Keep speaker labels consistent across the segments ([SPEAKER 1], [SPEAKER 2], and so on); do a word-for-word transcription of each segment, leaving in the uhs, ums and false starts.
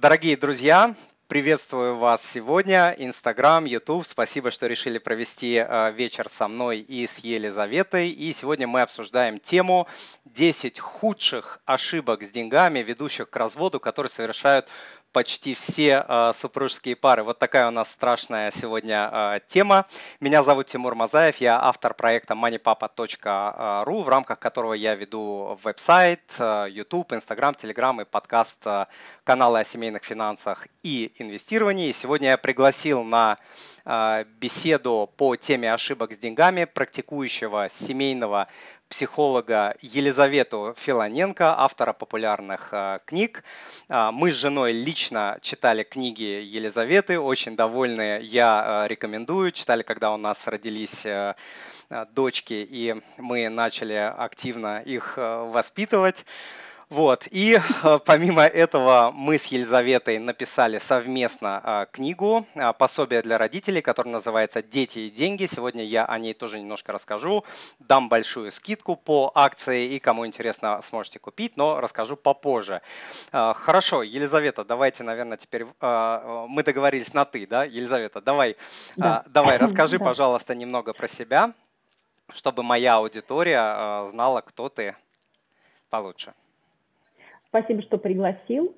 [SPEAKER 1] Дорогие друзья, приветствую вас сегодня. Инстаграм, Ютуб. Спасибо, что решили провести э, вечер со мной и с Елизаветой. И сегодня мы обсуждаем тему десять худших ошибок с деньгами, ведущих к разводу, которые совершают почти все э, супружеские пары. Вот такая у нас страшная сегодня э, тема. Меня зовут Тимур Мазаев, я автор проекта moneypapa точка ру, в рамках которого я веду веб-сайт, э, YouTube, Instagram, Telegram и подкаст э, каналы о семейных финансах и инвестировании. Сегодня я пригласил на э, беседу по теме ошибок с деньгами практикующего семейного психолога Елизавету Филоненко, автора популярных э, книг. Э, мы с женой лично читали книги Елизаветы, очень довольны, я э, рекомендую. Читали, когда у нас родились э, дочки, и мы начали активно их э, воспитывать. Вот. И э, помимо этого мы с Елизаветой написали совместно э, книгу, э, пособие для родителей, которая называется «Дети и деньги». Сегодня я о ней тоже немножко расскажу, дам большую скидку по акции, и кому интересно, сможете купить, но расскажу попозже. Э, хорошо, Елизавета, давайте, наверное, теперь э, мы договорились на «ты», да? Елизавета, давай, э,
[SPEAKER 2] Да.
[SPEAKER 1] давай расскажи,
[SPEAKER 2] Да.
[SPEAKER 1] пожалуйста, немного про себя, чтобы моя аудитория э, знала, кто ты получше.
[SPEAKER 2] Спасибо, что пригласил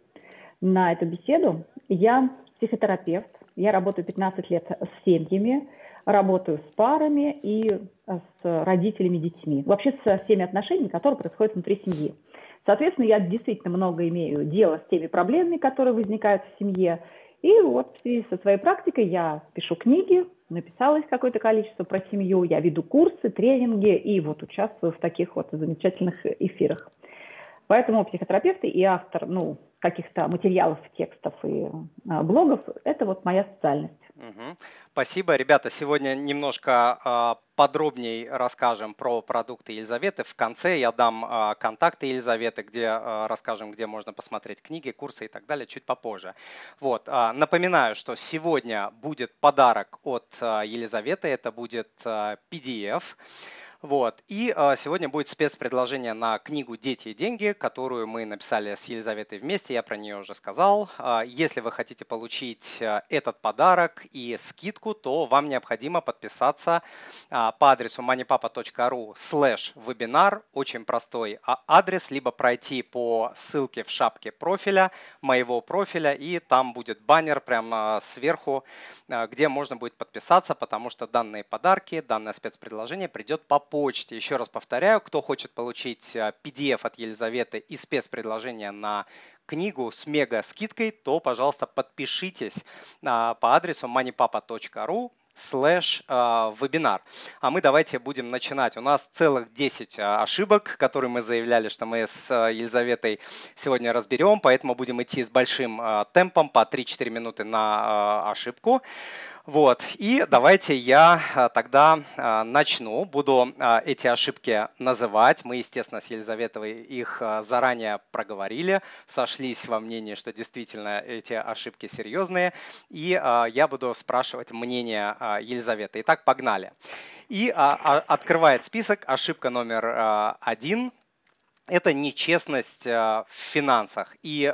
[SPEAKER 2] на эту беседу. Я психотерапевт. Я работаю пятнадцать лет с семьями, работаю с парами и с родителями, детьми. Вообще со всеми отношениями, которые происходят внутри семьи. Соответственно, я действительно много имею дела с теми проблемами, которые возникают в семье. И вот в связи со своей практикой я пишу книги, написала их какое-то количество про семью, я веду курсы, тренинги и вот участвую в таких вот замечательных эфирах. Поэтому психотерапевт и автор ну, каких-то материалов, текстов и а, блогов – это вот моя специальность.
[SPEAKER 1] Угу. Спасибо. Ребята, сегодня немножко э, подробнее расскажем про продукты Елизаветы. В конце я дам э, контакты Елизаветы, где э, расскажем, где можно посмотреть книги, курсы и так далее, чуть попозже. Вот. Э, напоминаю, что сегодня будет подарок от э, Елизаветы. Это будет э, пи ди эф. Вот. И э, сегодня будет спецпредложение на книгу «Дети и деньги», которую мы написали с Елизаветой вместе, я про нее уже сказал. Э, если вы хотите получить э, этот подарок и скидку, то вам необходимо подписаться э, по адресу moneypapa точка ру слэш вебинар, очень простой адрес, либо пройти по ссылке в шапке профиля, моего профиля, и там будет баннер прямо сверху, э, где можно будет подписаться, потому что данные подарки, данное спецпредложение придет по почте. Еще раз повторяю, кто хочет получить пи ди эф от Елизаветы и спецпредложение на книгу с мега скидкой, то, пожалуйста, подпишитесь по адресу moneypapa точка ру слэш вебинар. А мы давайте будем начинать. У нас целых десять ошибок, которые мы заявляли, что мы с Елизаветой сегодня разберем, поэтому будем идти с большим темпом по три-четыре минуты на ошибку. Вот, и давайте я тогда начну, буду эти ошибки называть. Мы, естественно, с Елизаветой их заранее проговорили, сошлись во мнении, что действительно эти ошибки серьезные, и я буду спрашивать мнение Елизаветы. Итак, погнали. И открывает список ошибка номер один. Это нечестность в финансах. И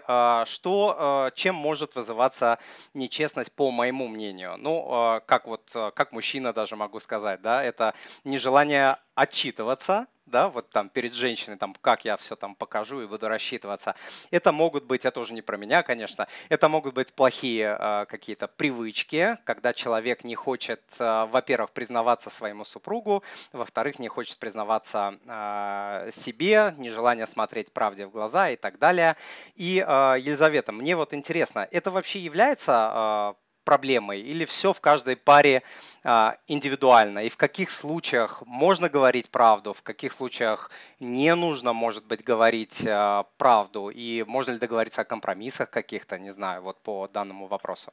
[SPEAKER 1] что, чем может вызываться нечестность, по моему мнению? Ну, как вот, как мужчина даже могу сказать, да, это нежелание отчитываться, да, вот там перед женщиной, там, как я все там покажу и буду рассчитываться. Это могут быть, это уже не про меня, конечно, это могут быть плохие э, какие-то привычки, когда человек не хочет, э, во-первых, признаваться своему супругу, во-вторых, не хочет признаваться э, себе, нежелание смотреть правде в глаза и так далее. И, э, Елизавета, мне вот интересно, это вообще является... Э, проблемой или все в каждой паре а, индивидуально? И в каких случаях можно говорить правду, в каких случаях не нужно, может быть, говорить а, правду? И можно ли договориться о компромиссах каких-то, не знаю, вот по данному вопросу?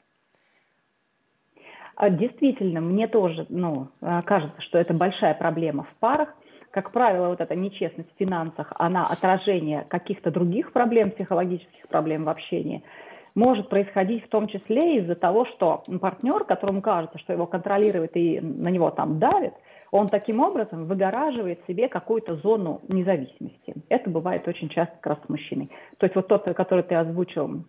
[SPEAKER 2] Действительно, мне тоже ну, кажется, что это большая проблема в парах. Как правило, вот эта нечестность в финансах, она отражение каких-то других проблем, психологических проблем в общении, может происходить в том числе из-за того, что партнер, которому кажется, что его контролирует и на него там давит, он таким образом выгораживает себе какую-то зону независимости. Это бывает очень часто как раз с мужчиной. То есть вот тот, который ты озвучил,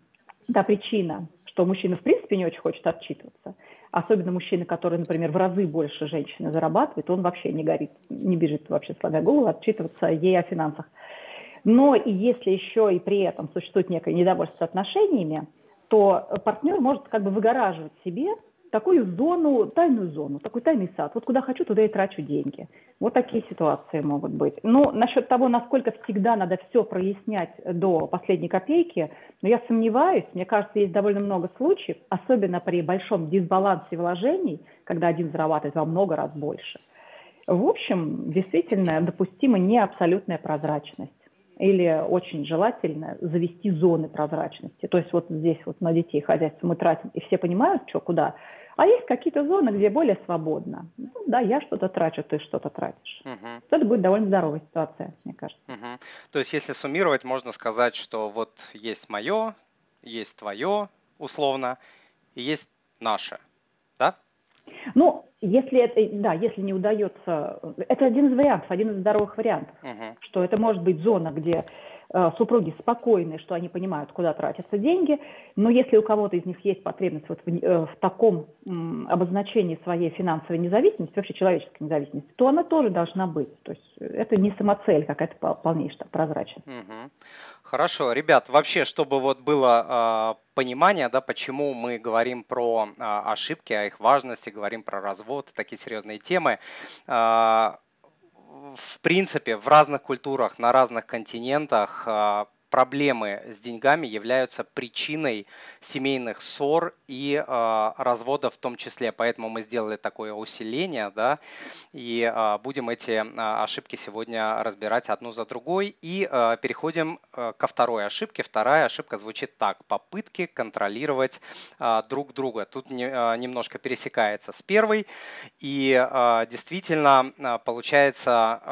[SPEAKER 2] та причина, что мужчина в принципе не очень хочет отчитываться, особенно мужчина, который, например, в разы больше женщины зарабатывает, он вообще не горит, не бежит вообще, сломя голову, отчитываться ей о финансах. Но и если еще и при этом существует некое недовольство с отношениями, то партнер может как бы выгораживать себе такую зону, тайную зону, такой тайный сад. Вот куда хочу, туда и трачу деньги. Вот такие ситуации могут быть. Ну, насчет того, насколько всегда надо все прояснять до последней копейки, но я сомневаюсь. Мне кажется, есть довольно много случаев, особенно при большом дисбалансе вложений, когда один зарабатывает во много раз больше. В общем, действительно допустима не абсолютная прозрачность. Или очень желательно завести зоны прозрачности. То есть вот здесь вот на детей хозяйство мы тратим, и все понимают, что куда. А есть какие-то зоны, где более свободно. Ну, да, я что-то трачу, ты что-то тратишь.
[SPEAKER 1] Угу.
[SPEAKER 2] Это будет довольно здоровая ситуация, мне кажется.
[SPEAKER 1] Угу. То есть если суммировать, можно сказать, что вот есть мое, есть твое, условно, и есть наше, да?
[SPEAKER 2] Ну, если это, да, если не удается, это один из вариантов, один из здоровых вариантов,
[SPEAKER 1] Угу.
[SPEAKER 2] что это может быть зона, где э, супруги спокойны, что они понимают, куда тратятся деньги, но если у кого-то из них есть потребность вот в, э, в таком м, обозначении своей финансовой независимости, вообще человеческой независимости, то она тоже должна быть. То есть это не самоцель какая-то полнейшая прозрачность.
[SPEAKER 1] Угу. Хорошо, ребят, вообще, чтобы вот было э, понимание, да, почему мы говорим про э, ошибки, о их важности, говорим про развод, такие серьезные темы. Э, в принципе, в разных культурах, на разных континентах э, проблемы с деньгами являются причиной семейных ссор и э, разводов в том числе. Поэтому мы сделали такое усиление, да, и э, будем эти э, ошибки сегодня разбирать одну за другой. И э, переходим э, ко второй ошибке. Вторая ошибка звучит так: попытки контролировать э, друг друга. Тут не, э, немножко пересекается с первой. И э, действительно э, получается,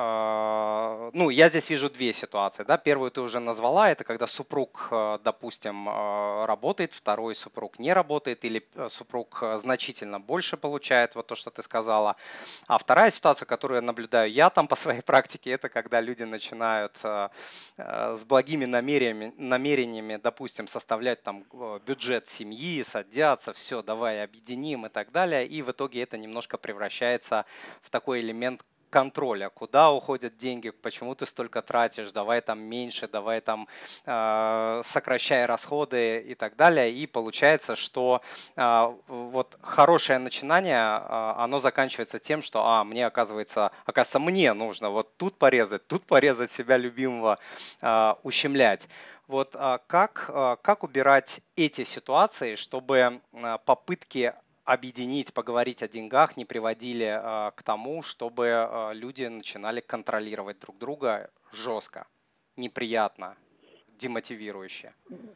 [SPEAKER 1] э, ну, я здесь вижу две ситуации, да. Первую ты уже назвала, это когда супруг, э, допустим, э, работает, второй супруг не работает, или супруг значительно больше получает, вот то, что ты сказала. А вторая ситуация, которую наблюдаю я там по своей практике, это когда люди начинают э, э, с благими намерениями, намерениями, допустим, составлять там бюджет семьи, садятся, все, давай объединим и так далее, и в итоге это немножко превращается в такой элемент контроля, куда уходят деньги, почему ты столько тратишь, давай там меньше, давай там э, сокращай расходы и так далее. И получается, что э, вот хорошее начинание, э, оно заканчивается тем, что а, мне оказывается, оказывается, мне нужно вот тут порезать, тут порезать себя любимого, э, ущемлять. Вот э, как, э, как убирать эти ситуации, чтобы э, попытки объединить, поговорить о деньгах не приводили э, к тому, чтобы э, люди начинали контролировать друг друга жестко, неприятно, демотивирующе.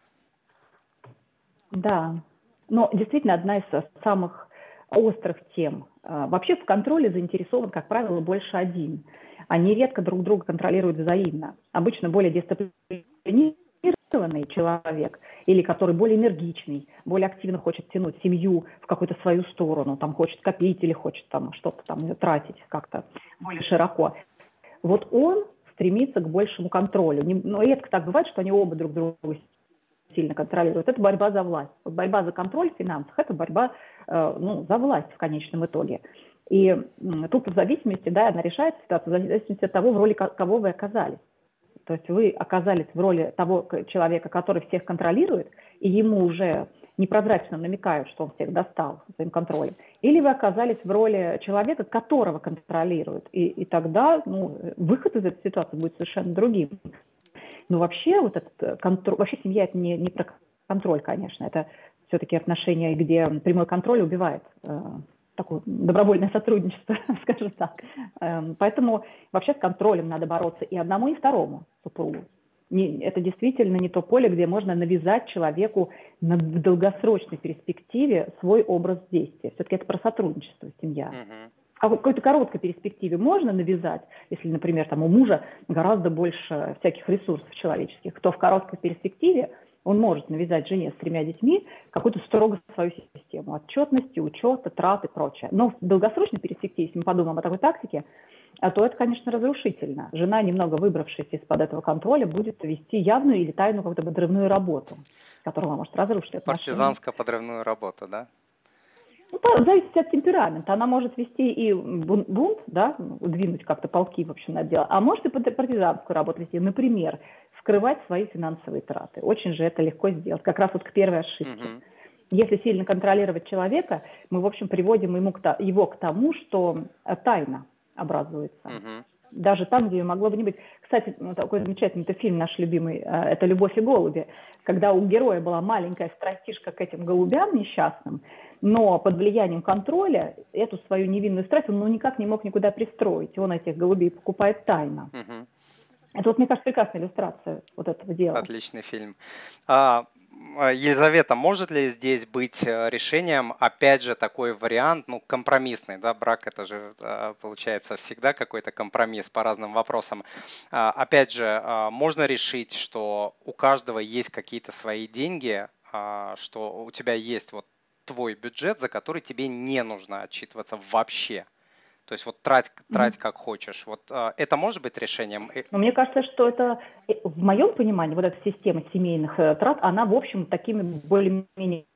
[SPEAKER 2] Да, но действительно одна из самых острых тем. Вообще в контроле заинтересован, как правило, больше один. Они редко друг друга контролируют взаимно. Обычно более дисциплинированный человек или который более энергичный, более активно хочет тянуть семью в какую-то свою сторону, там хочет копить или хочет там что-то там тратить как-то более широко. Вот он стремится к большему контролю. Но редко так бывает, что они оба друг друга сильно контролируют. Это борьба за власть. Вот борьба за контроль в финансах – это борьба э, ну, за власть в конечном итоге. И э, тут в зависимости, да, она решает ситуацию, в зависимости от того, в роли кого вы оказались. То есть вы оказались в роли того человека, который всех контролирует, и ему уже непрозрачно намекают, что он всех достал своим контролем. Или вы оказались в роли человека, которого контролируют. И, и тогда ну, выход из этой ситуации будет совершенно другим. Но вообще вот этот контроль, вообще семья это не, не про контроль, конечно, это все-таки отношения, где прямой контроль убивает э, такое добровольное сотрудничество, скажем так. Э, поэтому вообще с контролем надо бороться и одному, и второму супругу. Не, это действительно не то поле, где можно навязать человеку на, в долгосрочной перспективе свой образ действия. Все-таки это про сотрудничество, семья. Uh-huh. В какой-то короткой перспективе можно навязать, если, например, там у мужа гораздо больше всяких ресурсов человеческих, то в короткой перспективе он может навязать жене с тремя детьми какую-то строго свою систему отчетности, учета, трат и прочее. Но в долгосрочной перспективе, если мы подумаем о такой тактике, то это, конечно, разрушительно. Жена, немного выбравшись из-под этого контроля, будет вести явную или тайную какую-то подрывную работу. которая может разрушить отношения.
[SPEAKER 1] Партизанско-подрывную работу, да?
[SPEAKER 2] Ну, по- зависит от темперамента. Она может вести и бун- бунт, да, двинуть как-то полки, в общем, на дело, а может и пат- партизанскую работу вести. Например, скрывать свои финансовые траты. Очень же это легко сделать. Как раз вот к первой ошибке.
[SPEAKER 1] Мгм.
[SPEAKER 2] Если сильно контролировать человека, мы, в общем, приводим ему к то- его к тому, что э, тайна образуется.
[SPEAKER 1] Мгм.
[SPEAKER 2] Даже там, где ее могло бы не быть. Кстати, ну, такой замечательный это фильм наш любимый, э, это «Любовь и голуби», когда у героя была маленькая страстишка к этим голубям несчастным, но под влиянием контроля эту свою невинную страсть он ну, никак не мог никуда пристроить. И он этих голубей покупает тайно.
[SPEAKER 1] Мгм.
[SPEAKER 2] Это вот, мне кажется, прекрасная иллюстрация вот этого дела.
[SPEAKER 1] Отличный фильм. А, а, Елизавета, может ли здесь быть э, решением, опять же, такой вариант, ну, компромиссный, да, брак это же а, получается всегда какой-то компромисс по разным вопросам. А, Опять же, а, можно решить, что у каждого есть какие-то свои деньги, а, что у тебя есть вот твой бюджет, за который тебе не нужно отчитываться вообще. То есть вот трать, трать
[SPEAKER 2] Мгм.
[SPEAKER 1] как хочешь. Вот а, это может быть решением? Э,
[SPEAKER 2] Но мне кажется, что это, э, в моем понимании, вот эта система семейных э, трат, она, в общем, такими более-менее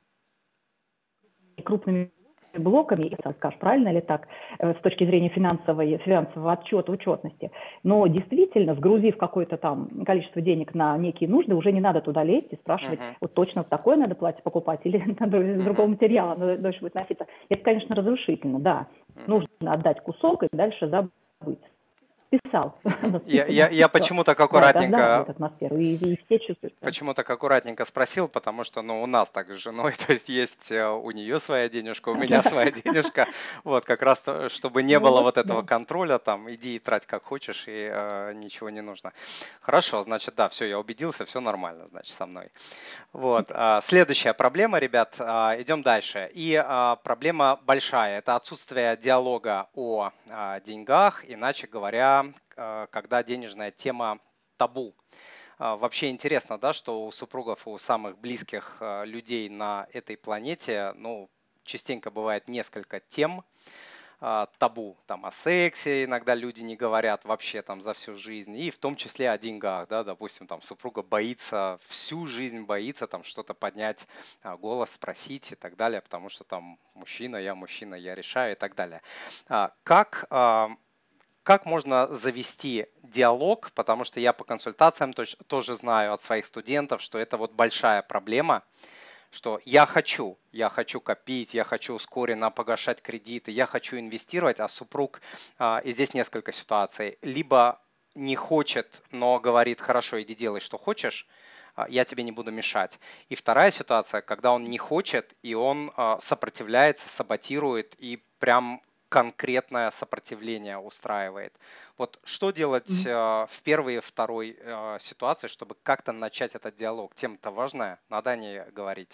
[SPEAKER 2] крупными блоками, если скажешь, правильно ли так, э, с точки зрения финансовой, финансового отчета, учетности. Но действительно, сгрузив какое-то там количество денег на некие нужды, уже не надо туда лезть и спрашивать,
[SPEAKER 1] Мгм.
[SPEAKER 2] вот точно вот такое надо платье покупать или надо из
[SPEAKER 1] Мгм.
[SPEAKER 2] другого материала надо дольше будет носиться. Это, конечно, разрушительно, да.
[SPEAKER 1] Мгм.
[SPEAKER 2] Нужно отдать кусок и дальше забыть. Писал,
[SPEAKER 1] Мгм. Я, я,
[SPEAKER 2] списано,
[SPEAKER 1] я
[SPEAKER 2] все.
[SPEAKER 1] почему так
[SPEAKER 2] Да, это оздоравливает
[SPEAKER 1] аккуратненько
[SPEAKER 2] атмосферу, и, и все чувствуют. Да.
[SPEAKER 1] Почему так аккуратненько спросил, потому что, ну, у нас так с женой, то есть есть э, у нее своя денежка, у меня своя денежка, вот, как раз, то, чтобы не
[SPEAKER 2] Ну
[SPEAKER 1] было
[SPEAKER 2] вот,
[SPEAKER 1] вот этого
[SPEAKER 2] да.
[SPEAKER 1] контроля, там, иди и трать как хочешь, и э, ничего не нужно. Хорошо, значит, да, все, я убедился, все нормально, значит, со мной. Вот, а, следующая проблема, ребят, а, идем дальше. И а, проблема большая, это отсутствие диалога о а, деньгах, иначе говоря, а, когда денежная тема табу. А, Вообще интересно, да, что у супругов, у самых близких а, людей на этой планете, ну, частенько бывает несколько тем а, табу. Там о сексе иногда люди не говорят вообще там за всю жизнь, и в том числе о деньгах, да, допустим, там супруга боится, всю жизнь боится там что-то поднять, а, голос, спросить и так далее, потому что там мужчина, я мужчина, я решаю и так далее. А, Как а, как можно завести диалог, потому что я по консультациям точ- тоже знаю от своих студентов, что это вот большая проблема, что я хочу, я хочу копить, я хочу ускоренно погашать кредиты, я хочу инвестировать, а супруг, а, и здесь несколько ситуаций, либо не хочет, но говорит, хорошо, иди делай, что хочешь, а, я тебе не буду мешать. И вторая ситуация, когда он не хочет, и он а, сопротивляется, саботирует и прям конкретное сопротивление устраивает. Вот что делать
[SPEAKER 2] Мгм.
[SPEAKER 1] э, в первой и второй э, ситуации, чтобы как-то начать этот диалог? Тема-то важная, надо о ней говорить.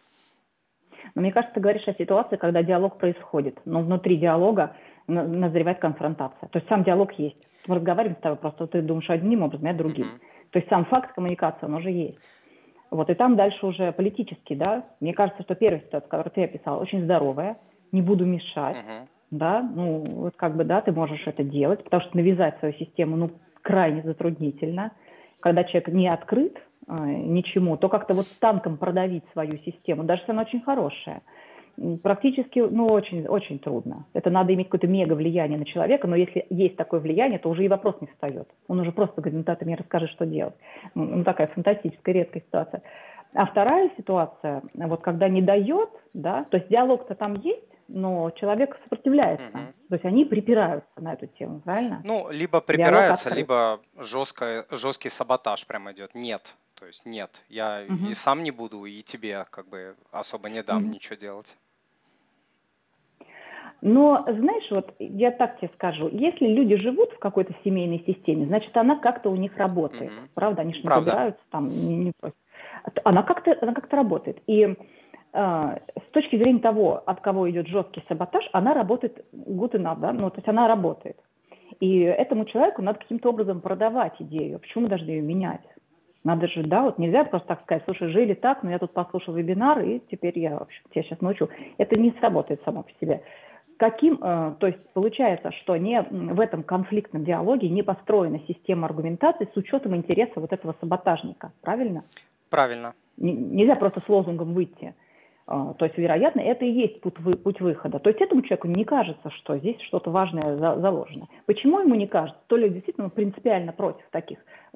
[SPEAKER 2] Но мне кажется, ты говоришь о ситуации, когда диалог происходит, но внутри диалога на- назревает конфронтация. То есть сам диалог есть. Мы разговариваем с тобой, просто ты думаешь одним образом, я другим.
[SPEAKER 1] Мгм.
[SPEAKER 2] То есть сам факт коммуникации, он уже есть. Вот, и там дальше уже политически, да, мне кажется, что первая ситуация, которую ты описал, очень здоровая, не буду мешать,
[SPEAKER 1] Мгм.
[SPEAKER 2] да, ну, вот как бы, да, ты можешь это делать, потому что навязать свою систему, ну, крайне затруднительно. Когда человек не открыт э, ничему, то как-то вот танком продавить свою систему, даже если она очень хорошая, м, практически, ну, очень, очень трудно. Это надо иметь какое-то мега влияние на человека, но если есть такое влияние, то уже и вопрос не встает. Он уже просто говорит, ну, ты мне расскажи, что делать. Ну, такая фантастическая, редкая ситуация. А вторая ситуация, вот когда не дает, да, то есть диалог-то там есть, но человек сопротивляется.
[SPEAKER 1] Мгм.
[SPEAKER 2] То есть они припираются на эту тему, правильно?
[SPEAKER 1] Ну, либо
[SPEAKER 2] Диалог
[SPEAKER 1] припираются,
[SPEAKER 2] открыт.
[SPEAKER 1] либо жестко, жесткий саботаж прям идет. Нет, то есть нет, я и
[SPEAKER 2] Мгм.
[SPEAKER 1] сам не буду, и тебе как бы особо не дам
[SPEAKER 2] Мгм.
[SPEAKER 1] ничего делать.
[SPEAKER 2] Но, знаешь, вот я так тебе скажу, если люди живут в какой-то семейной системе, значит, она как-то у них работает.
[SPEAKER 1] Мгм.
[SPEAKER 2] Правда, они же не
[SPEAKER 1] Правда.
[SPEAKER 2] побираются там, не, не просят. Она как-то, она как-то работает. И э, с точки зрения того, от кого идет жесткий саботаж, она работает good enough, да, ну, то есть она работает. И этому человеку надо каким-то образом продавать идею. Почему мы должны ее менять? Надо же, да, вот нельзя просто так сказать, слушай, жили так, но я тут послушал вебинар, и теперь я, в общем, тебя сейчас научу. Это не сработает само по себе. Каким, э, то есть получается, что не, в этом конфликтном диалоге не построена система аргументации с учетом интереса вот этого саботажника, правильно?
[SPEAKER 1] Правильно.
[SPEAKER 2] нельзя просто с лозунгом выйти. То есть, вероятно, это и есть путь, вы, путь выхода. То есть этому человеку не кажется, что здесь что-то важное за, заложено. Почему ему не кажется? То ли действительно он принципиально против таких,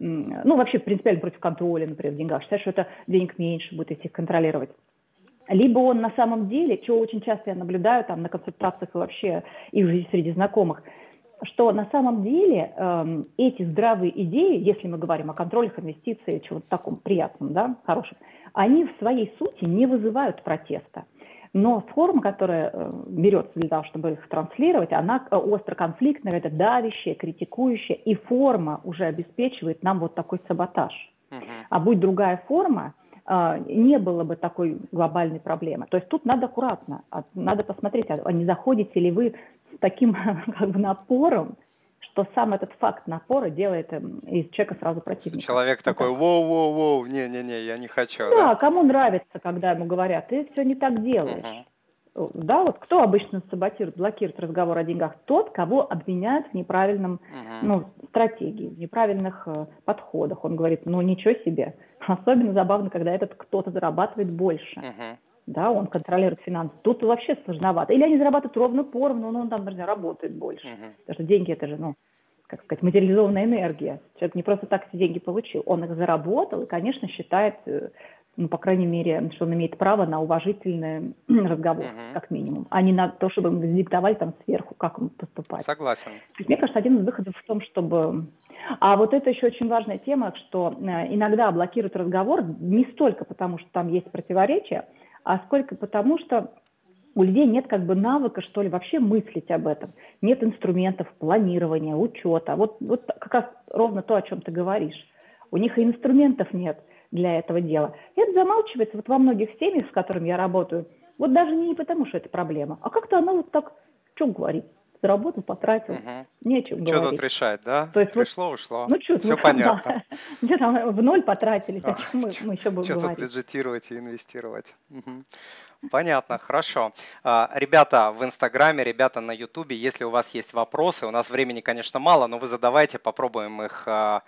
[SPEAKER 2] ну вообще принципиально против контроля, например, в деньгах, считает, что это денег меньше будет, если их контролировать. Либо он на самом деле, что очень часто я наблюдаю там на консультациях и вообще и уже среди знакомых, что на самом деле э, эти здравые идеи, если мы говорим о контролях инвестиций, чего-то таком приятном, да, хорошем, они в своей сути не вызывают протеста. Но форма, которая э, берется для того, чтобы их транслировать, она э, остроконфликтная, это давящая, критикующая, и форма уже обеспечивает нам вот такой саботаж. Uh-huh. А будь другая форма, э, не было бы такой глобальной проблемы. То есть тут надо аккуратно, надо посмотреть, а не заходите ли вы с таким как бы напором, что сам этот факт напора делает из человека сразу противника.
[SPEAKER 1] Человек вот такой, воу-воу-воу, не-не-не, я не хочу.
[SPEAKER 2] Да,
[SPEAKER 1] да,
[SPEAKER 2] кому нравится, когда ему говорят, ты все не так делаешь. Uh-huh. Да, вот кто обычно саботирует, блокирует разговор о деньгах? Тот, кого обвиняют в неправильном uh-huh. ну, стратегии, в неправильных э, подходах. Он говорит, ну ничего себе. Особенно забавно, когда этот кто-то зарабатывает больше. Uh-huh. Да, он контролирует финансы. Тут вообще сложновато. Или они зарабатывают ровно поровну, но он там, например, работает больше. Uh-huh. Потому что деньги это же, ну, как сказать, материализованная энергия. Человек не просто так эти деньги получил. Он их заработал и, конечно, считает, ну, по крайней мере, что он имеет право на уважительный разговор, uh-huh. как минимум, а не на то, чтобы ему диктовали там сверху, как ему поступать.
[SPEAKER 1] Согласен.
[SPEAKER 2] То есть, мне кажется, один из выходов в том, чтобы... А вот это еще очень важная тема, что иногда блокируют разговор не столько потому, что там есть противоречия, а сколько потому, что у людей нет как бы навыка, что ли, вообще мыслить об этом. Нет инструментов планирования, учета. Вот, вот как раз ровно то, о чем ты говоришь. У них и инструментов нет для этого дела. И это замалчивается вот во многих семьях, с которыми я работаю. Вот даже не потому, что это проблема, а как-то она вот так, что говорить, заработал, потратил, угу. не о чем
[SPEAKER 1] что
[SPEAKER 2] говорить.
[SPEAKER 1] Что тут решать, да?
[SPEAKER 2] То есть
[SPEAKER 1] Пришло,
[SPEAKER 2] вот,
[SPEAKER 1] ушло.
[SPEAKER 2] Ну, что,
[SPEAKER 1] все
[SPEAKER 2] ну,
[SPEAKER 1] понятно.
[SPEAKER 2] Да. Там в ноль потратились, о чем мы, мы еще будем
[SPEAKER 1] Что
[SPEAKER 2] говорить?
[SPEAKER 1] тут бюджетировать и инвестировать. Угу. Понятно, хорошо. Ребята в Инстаграме, ребята на Ютубе, если у вас есть вопросы, у нас времени, конечно, мало, но вы задавайте, попробуем их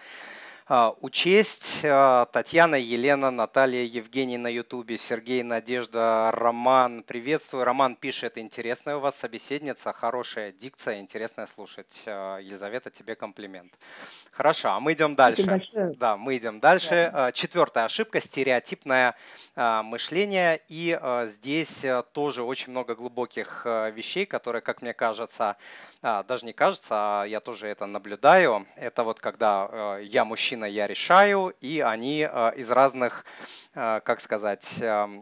[SPEAKER 1] учесть. Татьяна, Елена, Наталья, Евгений на Ютубе, Сергей, Надежда, Роман. Приветствую. Роман пишет, интересная у вас собеседница, хорошая дикция, интересно слушать. Елизавета, тебе комплимент. Хорошо, а мы идем дальше. Да, мы идем дальше. Да. Четвертая ошибка, стереотипное мышление. И здесь тоже очень много глубоких вещей, которые, как мне кажется, даже не кажется, а я тоже это наблюдаю. Это вот когда я мужчина, я решаю, и они из разных, как сказать,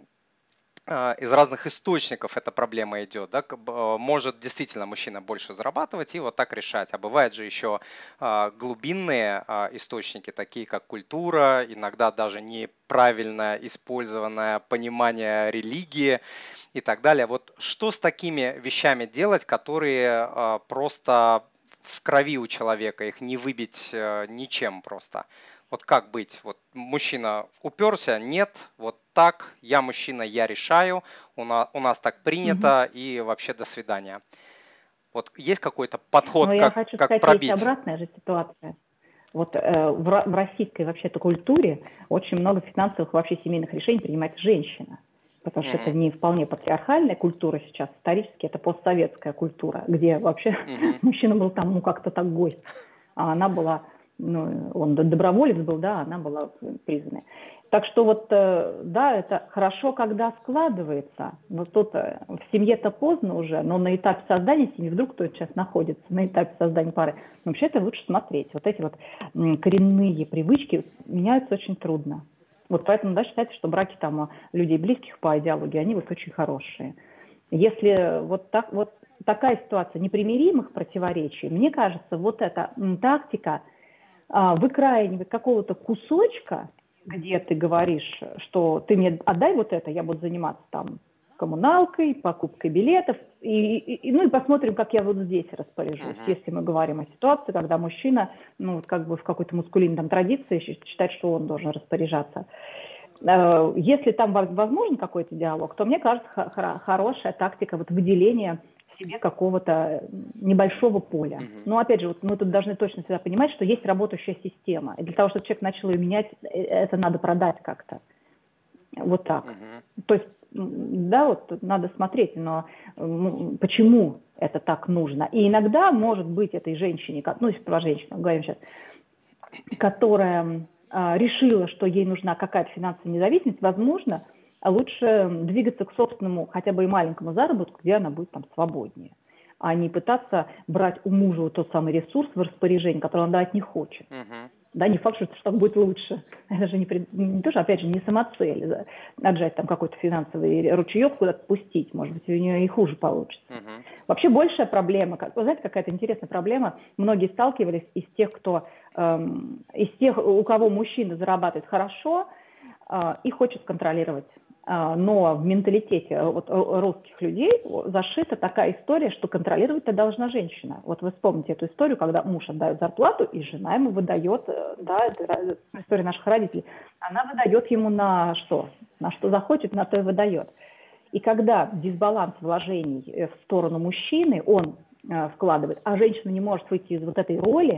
[SPEAKER 1] из разных источников эта проблема идет. Да? Может действительно мужчина больше зарабатывать и вот так решать. А бывают же еще глубинные источники, такие как культура, иногда даже неправильно использованное понимание религии и так далее. Вот что с такими вещами делать, которые просто в крови у человека, их не выбить ничем просто? Вот как быть? Вот мужчина уперся, нет, вот так, я мужчина, я решаю, у нас, у нас так принято, угу. И вообще до свидания. Вот есть какой-то подход,
[SPEAKER 2] Но
[SPEAKER 1] как,
[SPEAKER 2] я хочу
[SPEAKER 1] как
[SPEAKER 2] сказать,
[SPEAKER 1] пробить?
[SPEAKER 2] Есть обратная же ситуация. Вот э, в, в российской вообще-то культуре очень много финансовых вообще семейных решений принимает женщина. Потому что угу. это не вполне патриархальная культура сейчас, исторически это постсоветская культура, где вообще угу. мужчина был там ну как-то так гость, а она была... Ну, он доброволец был, да, она была признанная. Так что вот, да, это хорошо, когда складывается, но тут в семье-то поздно уже, но на этапе создания семьи, вдруг кто сейчас находится на этапе создания пары, вообще это лучше смотреть. Вот эти вот коренные привычки меняются очень трудно. Вот поэтому, да, считается, что браки там людей близких по идеологии, они вот очень хорошие. Если вот так вот такая ситуация непримиримых противоречий, мне кажется, вот эта тактика выкраинивать какого-то кусочка, где ты говоришь, что ты мне отдай вот это, я буду заниматься там коммуналкой, покупкой билетов, и, и, ну и посмотрим, как я вот здесь распоряжусь. Uh-huh. Если мы говорим о ситуации, когда мужчина, ну вот как бы в какой-то мускулинной там традиции считает, что он должен распоряжаться. Если там возможен какой-то диалог, то мне кажется, хорошая тактика вот выделения себе какого-то небольшого поля. Uh-huh. Но опять же, вот мы тут должны точно всегда понимать, что есть работающая система. И для того, чтобы человек начал ее менять, это надо продать как-то. Вот так.
[SPEAKER 1] Мгм.
[SPEAKER 2] То есть, м, да, вот тут надо смотреть, но м, почему это так нужно. И иногда, может быть, этой женщине, как- ну, если про женщину говорим сейчас, которая а, решила, что ей нужна какая-то финансовая независимость, возможно, лучше двигаться к собственному, хотя бы и маленькому заработку, где она будет там свободнее, а не пытаться брать у мужа вот тот самый ресурс в распоряжение, который он давать не хочет.
[SPEAKER 1] Мгм.
[SPEAKER 2] Да, не факт, что что будет лучше. Это же не, пред- не тоже, опять же, не самоцель. да, Отжать там какой-то финансовый ручеек куда-то пустить, может быть, у нее и хуже получится.
[SPEAKER 1] Мгм.
[SPEAKER 2] Вообще большая проблема, как, вы знаете, какая-то интересная проблема, многие сталкивались из тех, кто, эм, из тех, у кого мужчина зарабатывает хорошо э, и хочет контролировать. Э, но в менталитете вот, э, русских людей зашита такая история, что контролировать-то должна женщина. Вот вы вспомните эту историю, когда муж отдает зарплату, и жена ему выдает, э, да, это история наших родителей, она выдает ему на что? На что захочет, на то и выдает. И когда дисбаланс вложений в сторону мужчины, он э, вкладывает, а женщина не может выйти из вот этой роли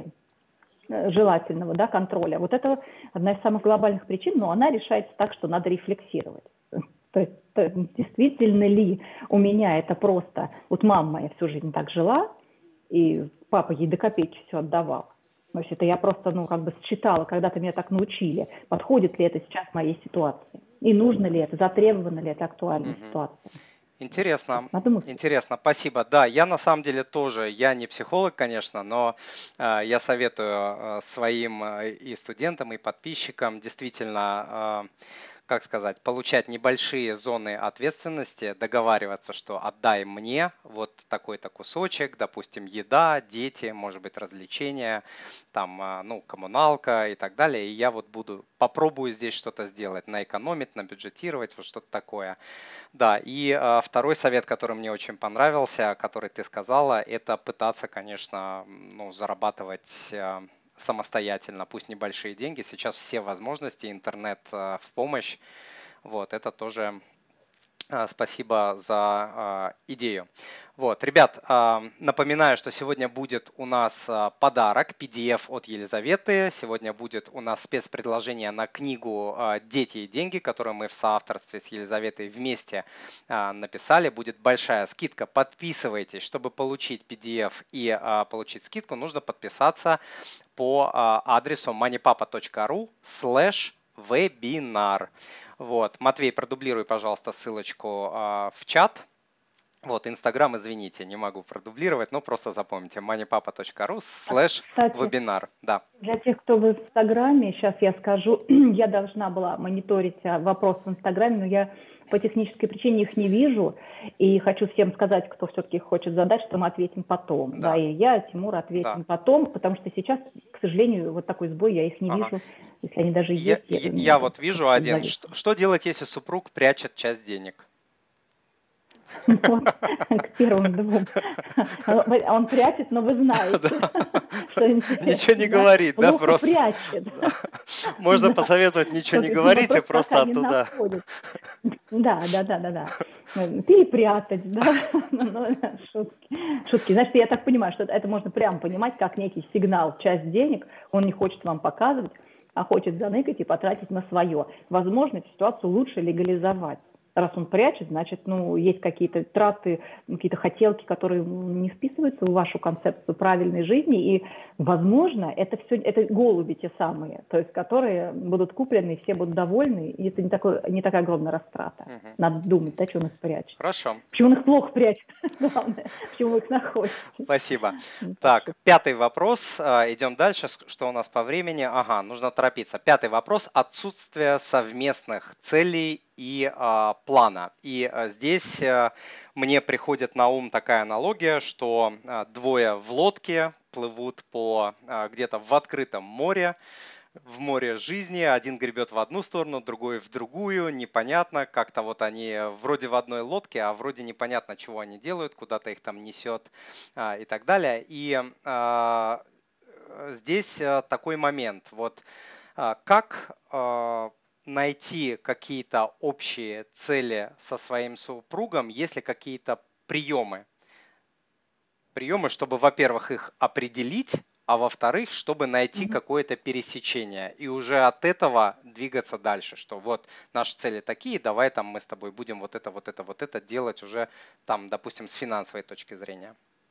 [SPEAKER 2] э, желательного, да, контроля, вот это одна из самых глобальных причин, но она решается так, что надо рефлексировать. То есть, то есть действительно ли у меня это просто... Вот мама моя всю жизнь так жила, и папа ей до копейки все отдавал. То есть это я просто, ну, как бы считала, когда-то меня так научили, подходит ли это сейчас моей ситуации. И нужно ли это, затребована ли это актуальная
[SPEAKER 1] Мгм.
[SPEAKER 2] ситуация. Вот, так,
[SPEAKER 1] Интересно,
[SPEAKER 2] надо мыслить.
[SPEAKER 1] интересно, спасибо. Да, я на самом деле тоже, я не психолог, конечно, но э, я советую э, своим э, и студентам, и подписчикам действительно э, как сказать, получать небольшие зоны ответственности, договариваться, что отдай мне вот такой-то кусочек, допустим, еда, дети, может быть, развлечения, там, а, ну, коммуналка и так далее, и я вот буду, попробую здесь что-то сделать, наэкономить, набюджетировать, вот что-то такое. Да, и а, второй совет, который мне очень понравился, который ты сказала, это пытаться, конечно, ну, зарабатывать а, самостоятельно, пусть небольшие деньги. Сейчас все возможности, интернет а, в помощь. Вот, это тоже а, спасибо за а, идею. Вот, ребят, а, напоминаю, что сегодня будет у нас а, подарок, пи ди эф от Елизаветы. Сегодня будет у нас спецпредложение на книгу а, «Дети и деньги», которую мы в соавторстве с Елизаветой вместе а, написали. Будет большая скидка. Подписывайтесь, чтобы получить пи ди эф и а, получить скидку. Нужно подписаться по а, адресу moneypapa.ru слэш вебинар. Вот, Матвей, продублируй, пожалуйста, ссылочку а, в чат. Вот, Инстаграм, извините, не могу продублировать, но просто запомните moneypapa.ru
[SPEAKER 2] А,
[SPEAKER 1] слэш
[SPEAKER 2] кстати,
[SPEAKER 1] вебинар. Да.
[SPEAKER 2] для тех, кто в Инстаграме, сейчас я скажу, я должна была мониторить а, вопрос в Инстаграме, но я по технической причине их не вижу, и хочу всем сказать, кто все-таки их хочет задать, что мы ответим потом. Да,
[SPEAKER 1] Да,
[SPEAKER 2] и я, и Тимур
[SPEAKER 1] да.
[SPEAKER 2] ответим потом, потому что сейчас, к сожалению, вот такой сбой, я их не
[SPEAKER 1] Ага.
[SPEAKER 2] вижу. Если они даже
[SPEAKER 1] Я,
[SPEAKER 2] есть, я,
[SPEAKER 1] я,
[SPEAKER 2] ну,
[SPEAKER 1] я
[SPEAKER 2] это
[SPEAKER 1] вот вижу
[SPEAKER 2] как-то
[SPEAKER 1] один.
[SPEAKER 2] зависит.
[SPEAKER 1] Что, что делать, если супруг прячет часть денег?
[SPEAKER 2] Вот, к первым двум. Он прячет, но вы знаете,
[SPEAKER 1] Да.
[SPEAKER 2] что
[SPEAKER 1] Ничего
[SPEAKER 2] интересно,
[SPEAKER 1] не
[SPEAKER 2] да?
[SPEAKER 1] говорит, да,
[SPEAKER 2] Плохо
[SPEAKER 1] просто.
[SPEAKER 2] прячет,
[SPEAKER 1] Да. Можно
[SPEAKER 2] да.
[SPEAKER 1] посоветовать ничего не
[SPEAKER 2] Но
[SPEAKER 1] говорить и
[SPEAKER 2] просто
[SPEAKER 1] просто
[SPEAKER 2] пока не
[SPEAKER 1] оттуда.
[SPEAKER 2] находит. Да, да, да, да, да. Перепрятать, да. Ну, шутки. Шутки. Значит, я так понимаю, что это можно прямо понимать, как некий сигнал, часть денег, он не хочет вам показывать, а хочет заныкать и потратить на свое. Возможно, эту ситуацию лучше легализовать. Раз он прячет, значит, ну, есть какие-то траты, какие-то хотелки, которые не вписываются в вашу концепцию правильной жизни, и, возможно, это все, это голуби те самые, то есть, которые будут куплены, и все будут довольны, и это не, такой, не такая огромная растрата.
[SPEAKER 1] Мгм.
[SPEAKER 2] Надо думать, да, что он их прячет.
[SPEAKER 1] Хорошо.
[SPEAKER 2] Почему он их плохо прячет, главное, почему вы их находите.
[SPEAKER 1] Спасибо.
[SPEAKER 2] Ну, так
[SPEAKER 1] Так,
[SPEAKER 2] что
[SPEAKER 1] пятый вопрос. А, Идем дальше. С- Что у нас по времени? Ага, нужно торопиться. Пятый вопрос. Отсутствие совместных целей и а, плана. И а, здесь а, мне приходит на ум такая аналогия, что а, двое в лодке плывут по а, где-то в открытом море, в море жизни. Один гребет в одну сторону, другой в другую. Непонятно, как-то вот они вроде в одной лодке, а вроде непонятно, чего они делают, куда-то их там несет а, и так далее. И а, здесь а, такой момент. Вот а, как а, найти какие-то общие цели со своим супругом, есть ли какие-то приемы? Приемы, чтобы, во-первых, их определить, а во-вторых, чтобы найти
[SPEAKER 2] Мгм.
[SPEAKER 1] какое-то пересечение и уже от этого двигаться дальше, что вот наши цели такие, давай там мы с тобой будем вот это, вот это, вот это делать уже там, допустим, с финансовой точки зрения.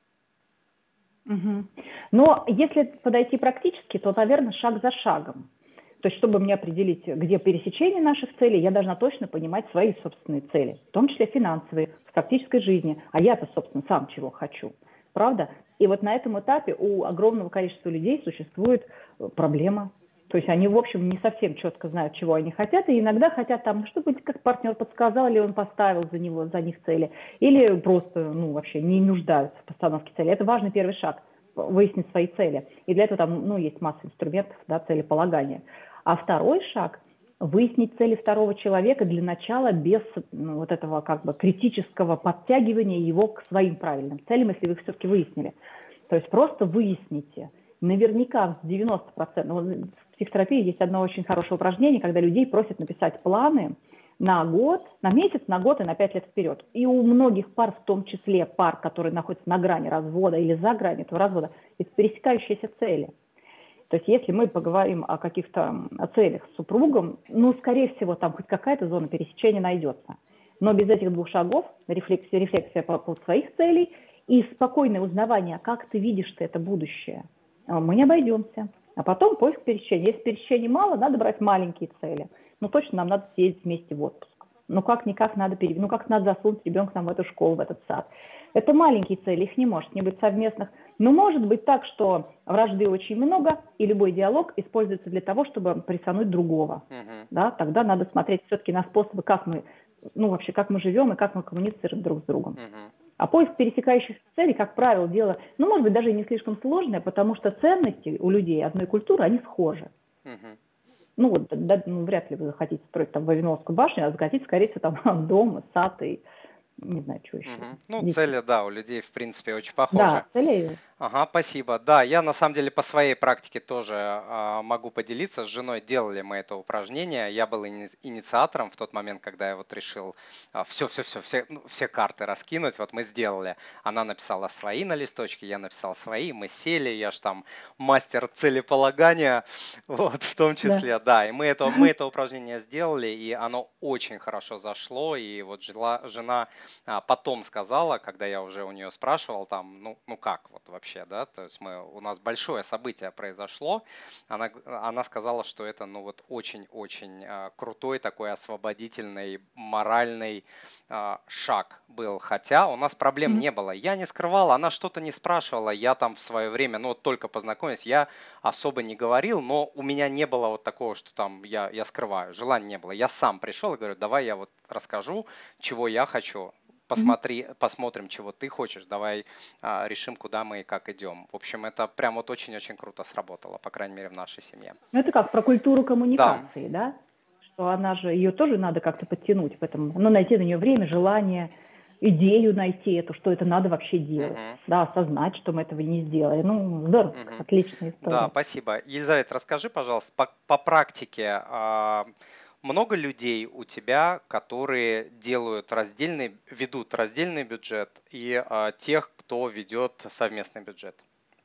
[SPEAKER 2] Мгм. Но если подойти практически, то, наверное, шаг за шагом. То есть, чтобы мне определить, где пересечение наших целей, я должна точно понимать свои собственные цели, в том числе финансовые, в практической жизни. А я-то, собственно, сам чего хочу. Правда? И вот на этом этапе у огромного количества людей существует э, проблема. То есть они, в общем, не совсем четко знают, чего они хотят, и иногда хотят там, ну, чтобы как партнер подсказал, или он поставил за него, за них цели, или просто, ну, вообще не нуждаются в постановке цели. Это важный первый шаг – выяснить свои цели. И для этого там, ну, есть масса инструментов, да, целеполагания. А второй шаг – выяснить цели второго человека для начала без ну, вот этого как бы критического подтягивания его к своим правильным целям, если вы их все-таки выяснили. То есть просто выясните. Наверняка в девяноста процентах, ну, в психотерапии есть одно очень хорошее упражнение, когда людей просят написать планы на год, на месяц, на год и на пять лет вперед. И у многих пар, в том числе пар, которые находятся на грани развода или за гранью этого развода, это пересекающиеся цели. То есть если мы поговорим о каких-то о целях с супругом, ну, скорее всего, там хоть какая-то зона пересечения найдется. Но без этих двух шагов, рефлексия, рефлексия по поводу своих целей и спокойное узнавание, как ты видишь ты это будущее, мы не обойдемся. А потом поиск пересечения. Если пересечений мало, надо брать маленькие цели. Ну, точно нам надо съездить вместе в отпуск. Ну, как-никак надо, пере... ну, как надо засунуть ребенка нам в эту школу, в этот сад. Это маленькие цели, их не может не быть совместных. Но может быть так, что вражды очень много, и любой диалог используется для того, чтобы прессануть другого.
[SPEAKER 1] Мгм.
[SPEAKER 2] Да? Тогда надо смотреть все-таки на способы, как мы, ну, вообще, как мы живем и как мы коммуницируем друг с другом.
[SPEAKER 1] Мгм.
[SPEAKER 2] А поиск пересекающихся целей, как правило, дело, ну, может быть, даже и не слишком сложное, потому что ценности у людей одной культуры, они схожи.
[SPEAKER 1] Мгм.
[SPEAKER 2] Ну, вот, да, ну, вряд ли вы захотите строить там Вавилонскую башню, а захотите, скорее всего, там дом, сад и не знаю, что еще.
[SPEAKER 1] Мгм. Ну,
[SPEAKER 2] Детей.
[SPEAKER 1] цели, да, у людей, в принципе, очень
[SPEAKER 2] Да,
[SPEAKER 1] похожи.
[SPEAKER 2] цели.
[SPEAKER 1] Ага, спасибо. Да, я на самом деле по своей практике тоже а, могу поделиться. С женой делали мы это упражнение. Я был ини- инициатором в тот момент, когда я вот решил все-все-все, все, ну, все карты раскинуть. Вот мы сделали. Она написала свои на листочке, я написал свои. Мы сели, я ж там мастер целеполагания, вот, в том
[SPEAKER 2] Да.
[SPEAKER 1] числе, да. И мы это, мы это упражнение сделали, и оно очень хорошо зашло. И вот жила, жена а, потом сказала, когда я уже у нее спрашивал, там, ну, ну как вот вообще, да, то есть мы, у нас большое событие произошло, она, г- она сказала, что это, ну, вот очень-очень а, крутой такой освободительный моральный а, шаг был, хотя у нас проблем
[SPEAKER 2] Мгм.
[SPEAKER 1] не было, я не скрывал, она что-то не спрашивала, я там в свое время, ну, вот только познакомились, я особо не говорил, но у меня не было вот такого, что там я, я скрываю, желания не было, я сам пришел и говорю, давай я вот расскажу, чего я хочу,
[SPEAKER 2] Мгм.
[SPEAKER 1] посмотри, посмотрим, чего ты хочешь, давай а, решим, куда мы и как идем. В общем, это прям вот очень-очень круто сработало, по крайней мере, в нашей семье.
[SPEAKER 2] Ну, это как про культуру
[SPEAKER 1] Да.
[SPEAKER 2] коммуникации, да? Что она же, ее тоже надо как-то подтянуть, поэтому, ну, найти на нее время, желание, идею найти эту, что это надо вообще делать.
[SPEAKER 1] Мгм.
[SPEAKER 2] Да, осознать, что мы этого не сделали. Ну, здорово,
[SPEAKER 1] Мгм.
[SPEAKER 2] отличная
[SPEAKER 1] Да,
[SPEAKER 2] история.
[SPEAKER 1] спасибо. Елизавета, расскажи, пожалуйста, по, по практике, а, много людей у тебя, которые делают раздельный, ведут раздельный бюджет, и а, тех, кто ведет совместный бюджет?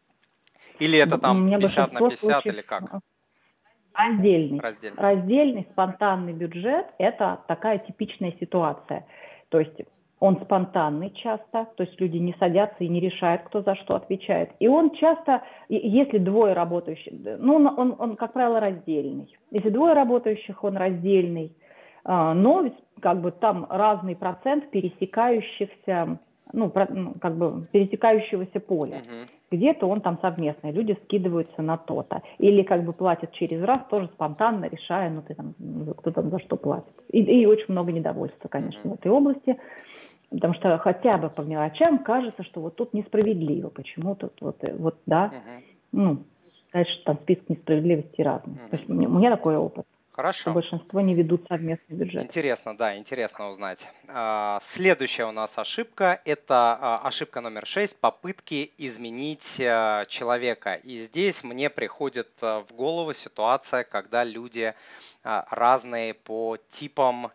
[SPEAKER 1] Или это
[SPEAKER 2] Б- У
[SPEAKER 1] там
[SPEAKER 2] меня
[SPEAKER 1] пятьдесят на
[SPEAKER 2] большинство
[SPEAKER 1] пятьдесят
[SPEAKER 2] случаев
[SPEAKER 1] или как?
[SPEAKER 2] э, раздельный.
[SPEAKER 1] Раздельный.
[SPEAKER 2] Раздельный спонтанный бюджет – это такая типичная ситуация. То есть он спонтанный часто, то есть люди не садятся и не решают, кто за что отвечает. И он часто, и- если двое работающих, ну, он, он, он, как правило, раздельный. Если двое работающих, он раздельный. А, но ведь как бы там разный процент пересекающихся, ну, про- ну, как бы пересекающегося поля.
[SPEAKER 1] Мгм.
[SPEAKER 2] Где-то он там совместный, люди скидываются на то-то. Или как бы платят через раз, тоже спонтанно решая, ну ты там, кто там за что платит. И, и очень много недовольства, конечно,
[SPEAKER 1] Мгм.
[SPEAKER 2] в этой области. Потому что хотя бы по мелочам кажется, что вот тут несправедливо. Почему тут вот, э, вот да,
[SPEAKER 1] Мгм.
[SPEAKER 2] ну, дальше там список несправедливости разный. То
[SPEAKER 1] Мгм.
[SPEAKER 2] есть у меня, у меня такой опыт, что
[SPEAKER 1] Хорошо.
[SPEAKER 2] большинство не ведут совместный бюджет.
[SPEAKER 1] Интересно, да, интересно узнать. А, Следующая у нас ошибка – это а, ошибка номер шесть – попытки изменить а, человека. И здесь мне приходит а, в голову ситуация, когда люди а, разные по типам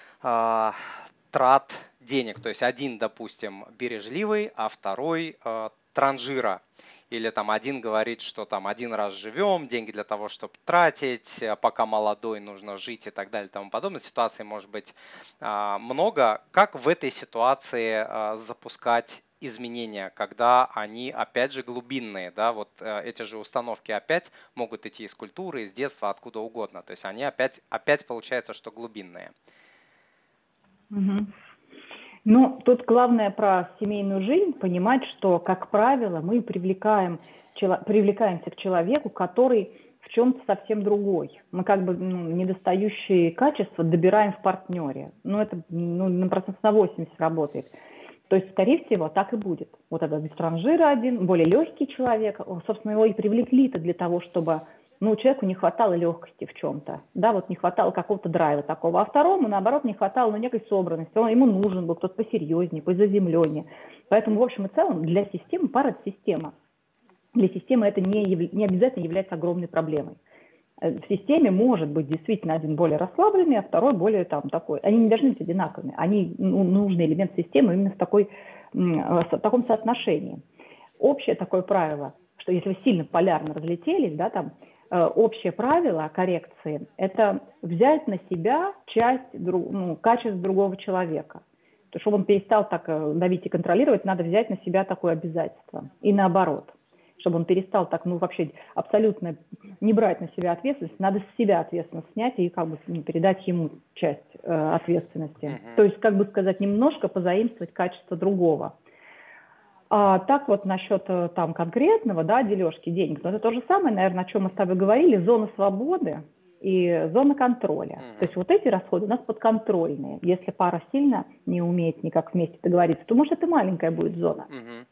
[SPEAKER 1] а, трат денег. То есть один, допустим, бережливый, а второй а, транжира. Или там один говорит, что там один раз живем, деньги для того, чтобы тратить, пока молодой, нужно жить и так далее и тому подобное. Ситуаций может быть а, много. Как в этой ситуации а, запускать изменения, когда они опять же глубинные, да, вот э, эти же установки опять могут идти из культуры, из детства, откуда угодно. То есть они опять, опять получается, что глубинные.
[SPEAKER 2] Мгм. Ну, тут главное про семейную жизнь понимать, что, как правило, мы привлекаем, чело- привлекаемся к человеку, который в чем-то совсем другой. Мы как бы ну, недостающие качества добираем в партнере. Ну, это ну, на процентов на восемьдесят работает. То есть, скорее всего, так и будет. Вот этот без транжира один, более легкий человек. Он, собственно, его и привлекли-то для того, чтобы ну, человеку не хватало легкости в чем-то, да, вот не хватало какого-то драйва такого, а второму, наоборот, не хватало ну, некой собранности, он, ему нужен был кто-то посерьезнее, позаземленнее. Поэтому, в общем и целом, для системы пара – это система. Для системы это не, яв... не обязательно является огромной проблемой. В системе может быть действительно один более расслабленный, а второй более там такой. Они не должны быть одинаковыми. Они ну, нужный элемент системы именно в, такой, в таком соотношении. Общее такое правило, что если вы сильно полярно разлетелись, да, там, э, общее правило коррекции – это взять на себя часть друг, ну, качеств другого человека. То, чтобы он перестал так давить и контролировать, надо взять на себя такое обязательство. И наоборот. Чтобы он перестал так, ну, вообще абсолютно не брать на себя ответственность, надо с себя ответственность снять и как бы ну, передать ему часть э, ответственности.
[SPEAKER 1] Мгм.
[SPEAKER 2] То есть, как бы сказать, немножко позаимствовать качество другого. А так вот насчет там конкретного, да, дележки денег, но это то же самое, наверное, о чем мы с тобой говорили, зона свободы и зона контроля.
[SPEAKER 1] Мгм.
[SPEAKER 2] То есть вот эти расходы у нас подконтрольные. Если пара сильно не умеет никак вместе договориться, то может это маленькая будет зона.
[SPEAKER 1] Мгм.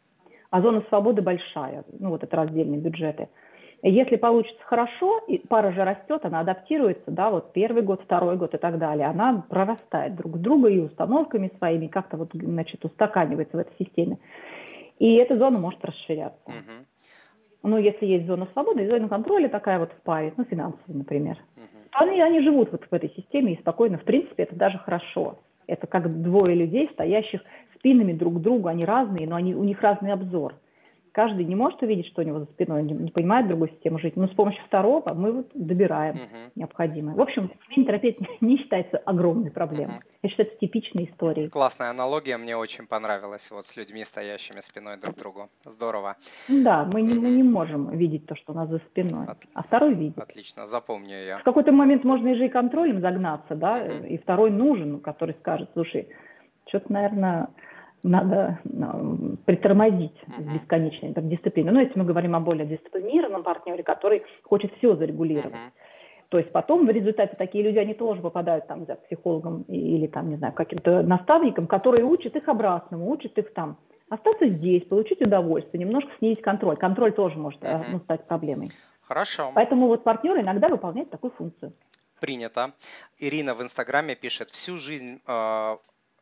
[SPEAKER 2] А зона свободы большая, ну вот это раздельные бюджеты. Если получится хорошо, и пара же растет, она адаптируется, да, вот первый год, второй год и так далее, она прорастает друг с другом и установками своими, как-то вот, значит, устаканивается в этой системе. И эта зона может расширяться.
[SPEAKER 1] Мгм.
[SPEAKER 2] Ну, если есть зона свободы и зона контроля такая вот в паре, ну, финансовая, например,
[SPEAKER 1] Мгм.
[SPEAKER 2] то они, они живут вот в этой системе и спокойно, в принципе, это даже хорошо. Это как двое людей, стоящих спинами друг к другу, они разные, но они, у них разный обзор. Каждый не может увидеть, что у него за спиной, не, не понимает другую систему жизни, но с помощью второго мы вот добираем
[SPEAKER 1] Мгм.
[SPEAKER 2] необходимое. В общем, семейная терапия не считается огромной проблемой.
[SPEAKER 1] Мгм.
[SPEAKER 2] Это считается типичной историей.
[SPEAKER 1] Классная аналогия, мне очень понравилась, вот с людьми, стоящими спиной друг к другу. Здорово.
[SPEAKER 2] Да, мы не, мы
[SPEAKER 1] Мгм.
[SPEAKER 2] не можем видеть то, что у нас за спиной,
[SPEAKER 1] От-
[SPEAKER 2] а второй видит.
[SPEAKER 1] Отлично, запомню
[SPEAKER 2] В
[SPEAKER 1] ее.
[SPEAKER 2] какой-то момент можно и же и контролем загнаться, да,
[SPEAKER 1] Мгм.
[SPEAKER 2] и второй нужен, который скажет, слушай, что-то, наверное, надо ну, притормозить с
[SPEAKER 1] Мгм.
[SPEAKER 2] бесконечной так, дисциплиной. Но если мы говорим о более дисциплинированном партнере, который хочет все зарегулировать.
[SPEAKER 1] Мгм.
[SPEAKER 2] То есть потом в результате такие люди, они тоже попадают там, к психологам или там, не знаю, каким-то наставникам, которые учат их обратному, учат их там остаться здесь, получить удовольствие, немножко снизить контроль. Контроль тоже может
[SPEAKER 1] Мгм.
[SPEAKER 2] ну, стать проблемой.
[SPEAKER 1] Хорошо,
[SPEAKER 2] Поэтому вот партнер иногда выполняет такую функцию.
[SPEAKER 1] принято. Ирина в Инстаграме пишет, всю жизнь э,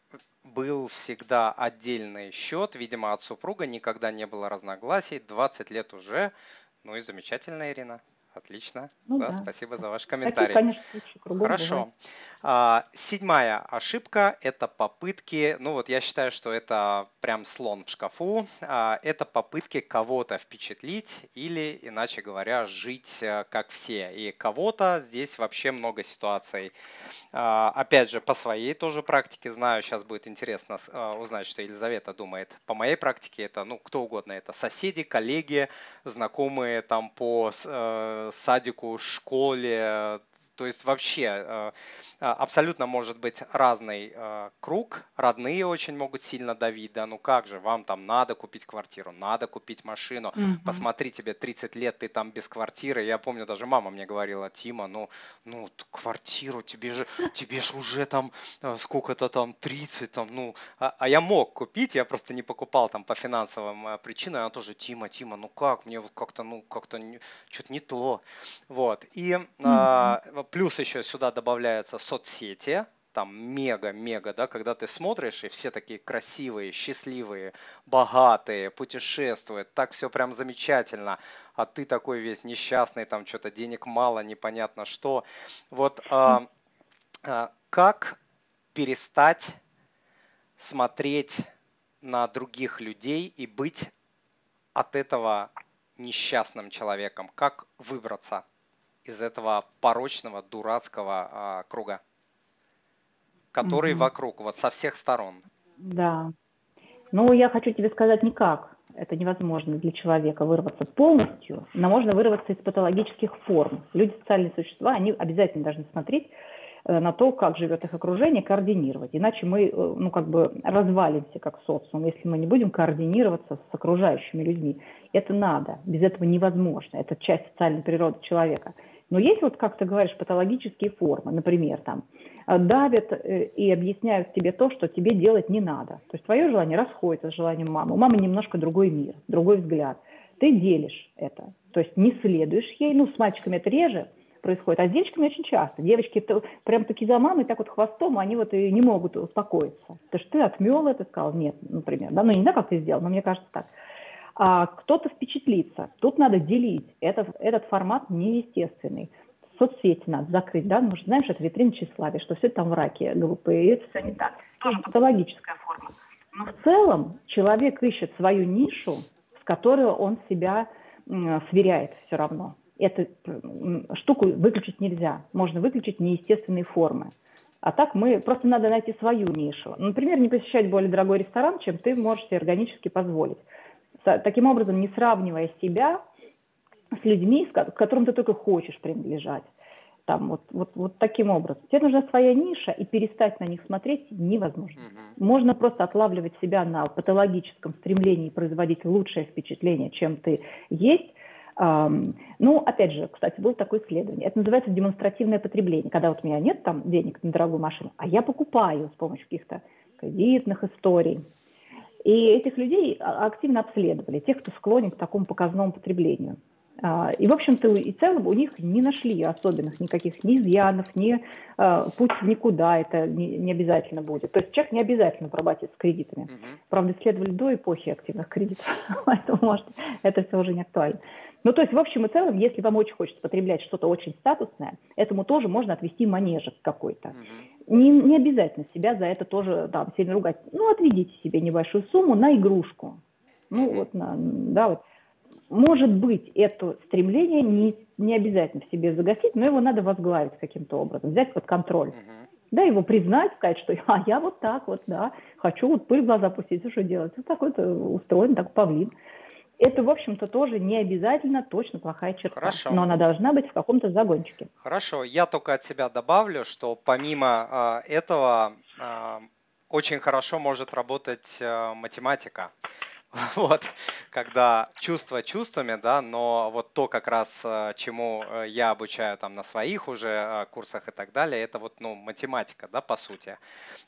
[SPEAKER 1] был всегда отдельный счет, видимо, от супруга никогда не было разногласий, двадцать лет уже. Ну и замечательно, Ирина. Отлично.
[SPEAKER 2] Ну
[SPEAKER 1] Да,
[SPEAKER 2] да.
[SPEAKER 1] спасибо за ваш
[SPEAKER 2] Такие,
[SPEAKER 1] комментарий.
[SPEAKER 2] конечно, случаи кругом бывают.
[SPEAKER 1] Хорошо. А, Седьмая ошибка – это попытки, ну вот я считаю, что это прям слон в шкафу, а, это попытки кого-то впечатлить или, иначе говоря, жить э, как все. И кого-то здесь вообще много ситуаций. А, Опять же, по своей тоже практике знаю, сейчас будет интересно с- а, узнать, что Елизавета думает. По моей практике это, ну, кто угодно, это соседи, коллеги, знакомые там по с- э, садику, школе, то есть вообще э, а, абсолютно может быть разный э, круг, родные очень могут сильно давить, да, ну как же, вам там надо купить квартиру, надо купить машину,
[SPEAKER 2] Мгм.
[SPEAKER 1] посмотри, тебе тридцать лет, ты там без квартиры, я помню, даже мама мне говорила, Тима, ну, ну, т- квартиру, тебе же, тебе же уже там э, сколько-то там, тридцать там, ну, а, а я мог купить, я просто не покупал там по финансовым э, причинам, она тоже, Тима, Тима, ну как, мне вот как-то, ну, как-то что-то не то, вот, и
[SPEAKER 2] Мгм.
[SPEAKER 1] а, плюс еще сюда добавляются соцсети, там мега-мега, да, когда ты смотришь, и все такие красивые, счастливые, богатые, путешествуют, так все прям замечательно, а ты такой весь несчастный, там что-то денег мало, непонятно что. Вот а, а, как перестать смотреть на других людей и быть от этого несчастным человеком? Как выбраться из этого порочного, дурацкого а, круга, который
[SPEAKER 2] Мгм.
[SPEAKER 1] вокруг, вот со всех сторон?
[SPEAKER 2] Да. Ну, я хочу тебе сказать никак. Это невозможно для человека вырваться полностью, но можно вырваться из патологических форм. Люди социальные существа, они обязательно должны смотреть э, на то, как живет их окружение, координировать. Иначе мы, э, ну, как бы развалимся как социум, если мы не будем координироваться с окружающими людьми. Это надо, без этого невозможно. Это часть социальной природы человека. Но есть вот, как ты говоришь, патологические формы, например, там, давят и объясняют тебе то, что тебе делать не надо. То есть твое желание расходится с желанием мамы. У мамы немножко другой мир, другой взгляд. Ты делишь это. То есть не следуешь ей. Ну, с мальчиками это реже происходит, а с девочками очень часто. Девочки прям таки за мамой так вот хвостом, они вот и не могут успокоиться. Потому что ты отмел это, сказал нет, например. Да? Ну, не знаю, как ты сделал, но мне кажется так. А кто-то впечатлится. Тут надо делить. Это, этот формат неестественный. Соцсети надо закрыть, да, мы же знаем, что это витрина тщеславия, что все это там враки глупые, и это все не так. Тоже патологическая форма. Но в целом человек ищет свою нишу, с которой он себя м, сверяет все равно. Эту м, штуку выключить нельзя. Можно выключить неестественные формы. А так мы просто надо найти свою нишу. Например, не посещать более дорогой ресторан, чем ты можешь себе органически позволить. Таким образом, не сравнивая себя с людьми, к которым ты только хочешь принадлежать. Там, вот, вот, вот таким образом. Тебе нужна своя ниша, и перестать на них смотреть невозможно.
[SPEAKER 1] Мгм.
[SPEAKER 2] Можно просто отлавливать себя на патологическом стремлении производить лучшее впечатление, чем ты есть. Um, ну, опять же, кстати, было такое исследование. Это называется демонстративное потребление. Когда вот у меня нет там денег на дорогую машину, а я покупаю с помощью каких-то кредитных историй. И этих людей активно обследовали, тех, кто склонен к такому показному потреблению. И, в общем-то, и целом у них не нашли особенных никаких ни изъянов, ни uh, путь никуда, это не, не обязательно будет. То есть человек не обязательно поработать с кредитами.
[SPEAKER 1] Мгм.
[SPEAKER 2] Правда, исследовали до эпохи активных кредитов, поэтому, может, это все уже не актуально. Ну, то есть, в общем и целом, если вам очень хочется потреблять что-то очень статусное, этому тоже можно отвести манежек какой-то.
[SPEAKER 1] Мгм.
[SPEAKER 2] Не, не обязательно себя за это тоже там, сильно ругать. Ну, отведите себе небольшую сумму на игрушку. Ну,
[SPEAKER 1] Мгм.
[SPEAKER 2] вот, на, да, вот. Может быть, это стремление не, не обязательно в себе загасить, но его надо возглавить каким-то образом, взять под контроль.
[SPEAKER 1] Мгм.
[SPEAKER 2] Да, его признать, сказать, что а, я вот так вот, да, хочу вот пыль в глаза пустить, что делать? Вот такой вот устроен, так павлин. Это, в общем-то, тоже не обязательно точно плохая черта,
[SPEAKER 1] Хорошо.
[SPEAKER 2] но она должна быть в каком-то загончике.
[SPEAKER 1] Хорошо, я только от себя добавлю, что помимо а, этого а, очень хорошо может работать а, математика. Вот, когда чувства чувствами, да, но вот то как раз, а, чему а, я обучаю там на своих уже а, курсах и так далее, это вот, ну, математика, да, по сути.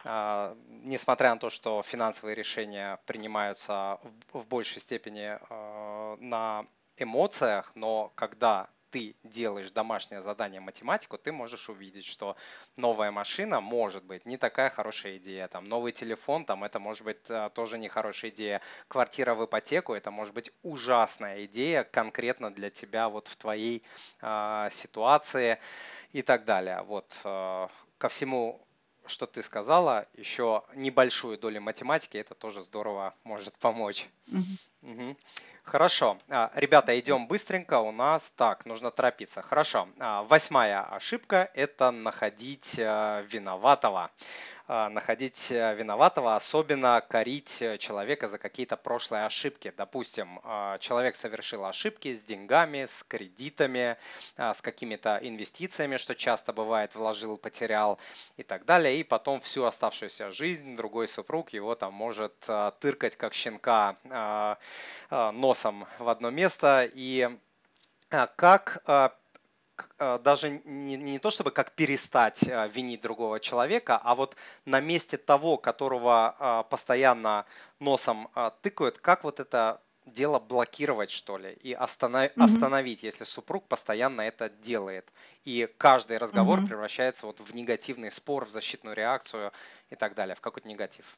[SPEAKER 1] А, Несмотря на то, что финансовые решения принимаются в в большей степени а, на эмоциях, но когда ты делаешь домашнее задание математику, ты можешь увидеть, что новая машина может быть не такая хорошая идея, там новый телефон, там это может быть а, тоже не хорошая идея, квартира в ипотеку, это может быть ужасная идея конкретно для тебя вот в твоей а, ситуации и так далее. Вот а, ко всему, что ты сказала, еще небольшую долю математики, это тоже здорово может помочь.
[SPEAKER 2] Мгм.
[SPEAKER 1] Мгм. Хорошо. А, Ребята, идем быстренько. У нас так, нужно торопиться. Хорошо. А, Восьмая ошибка– это находить а, виноватого. А, Находить а, виноватого, особенно корить э, человека за какие-то прошлые ошибки. Допустим, а, человек совершил ошибки с деньгами, с кредитами, а, с какими-то инвестициями, что часто бывает, вложил, потерял и так далее. И потом всю оставшуюся жизнь другой супруг его там может а, тыркать как щенка а, а, носом в одно место. И а, как а, к- а, даже не, не то чтобы как перестать а, винить другого человека, а вот на месте того, которого а, постоянно носом а, тыкают, как вот это дело блокировать, что ли, и остана-
[SPEAKER 2] Мгм.
[SPEAKER 1] остановить, если супруг постоянно это делает. И каждый разговор
[SPEAKER 2] Мгм.
[SPEAKER 1] превращается вот в негативный спор, в защитную реакцию и так далее, в какой-то негатив.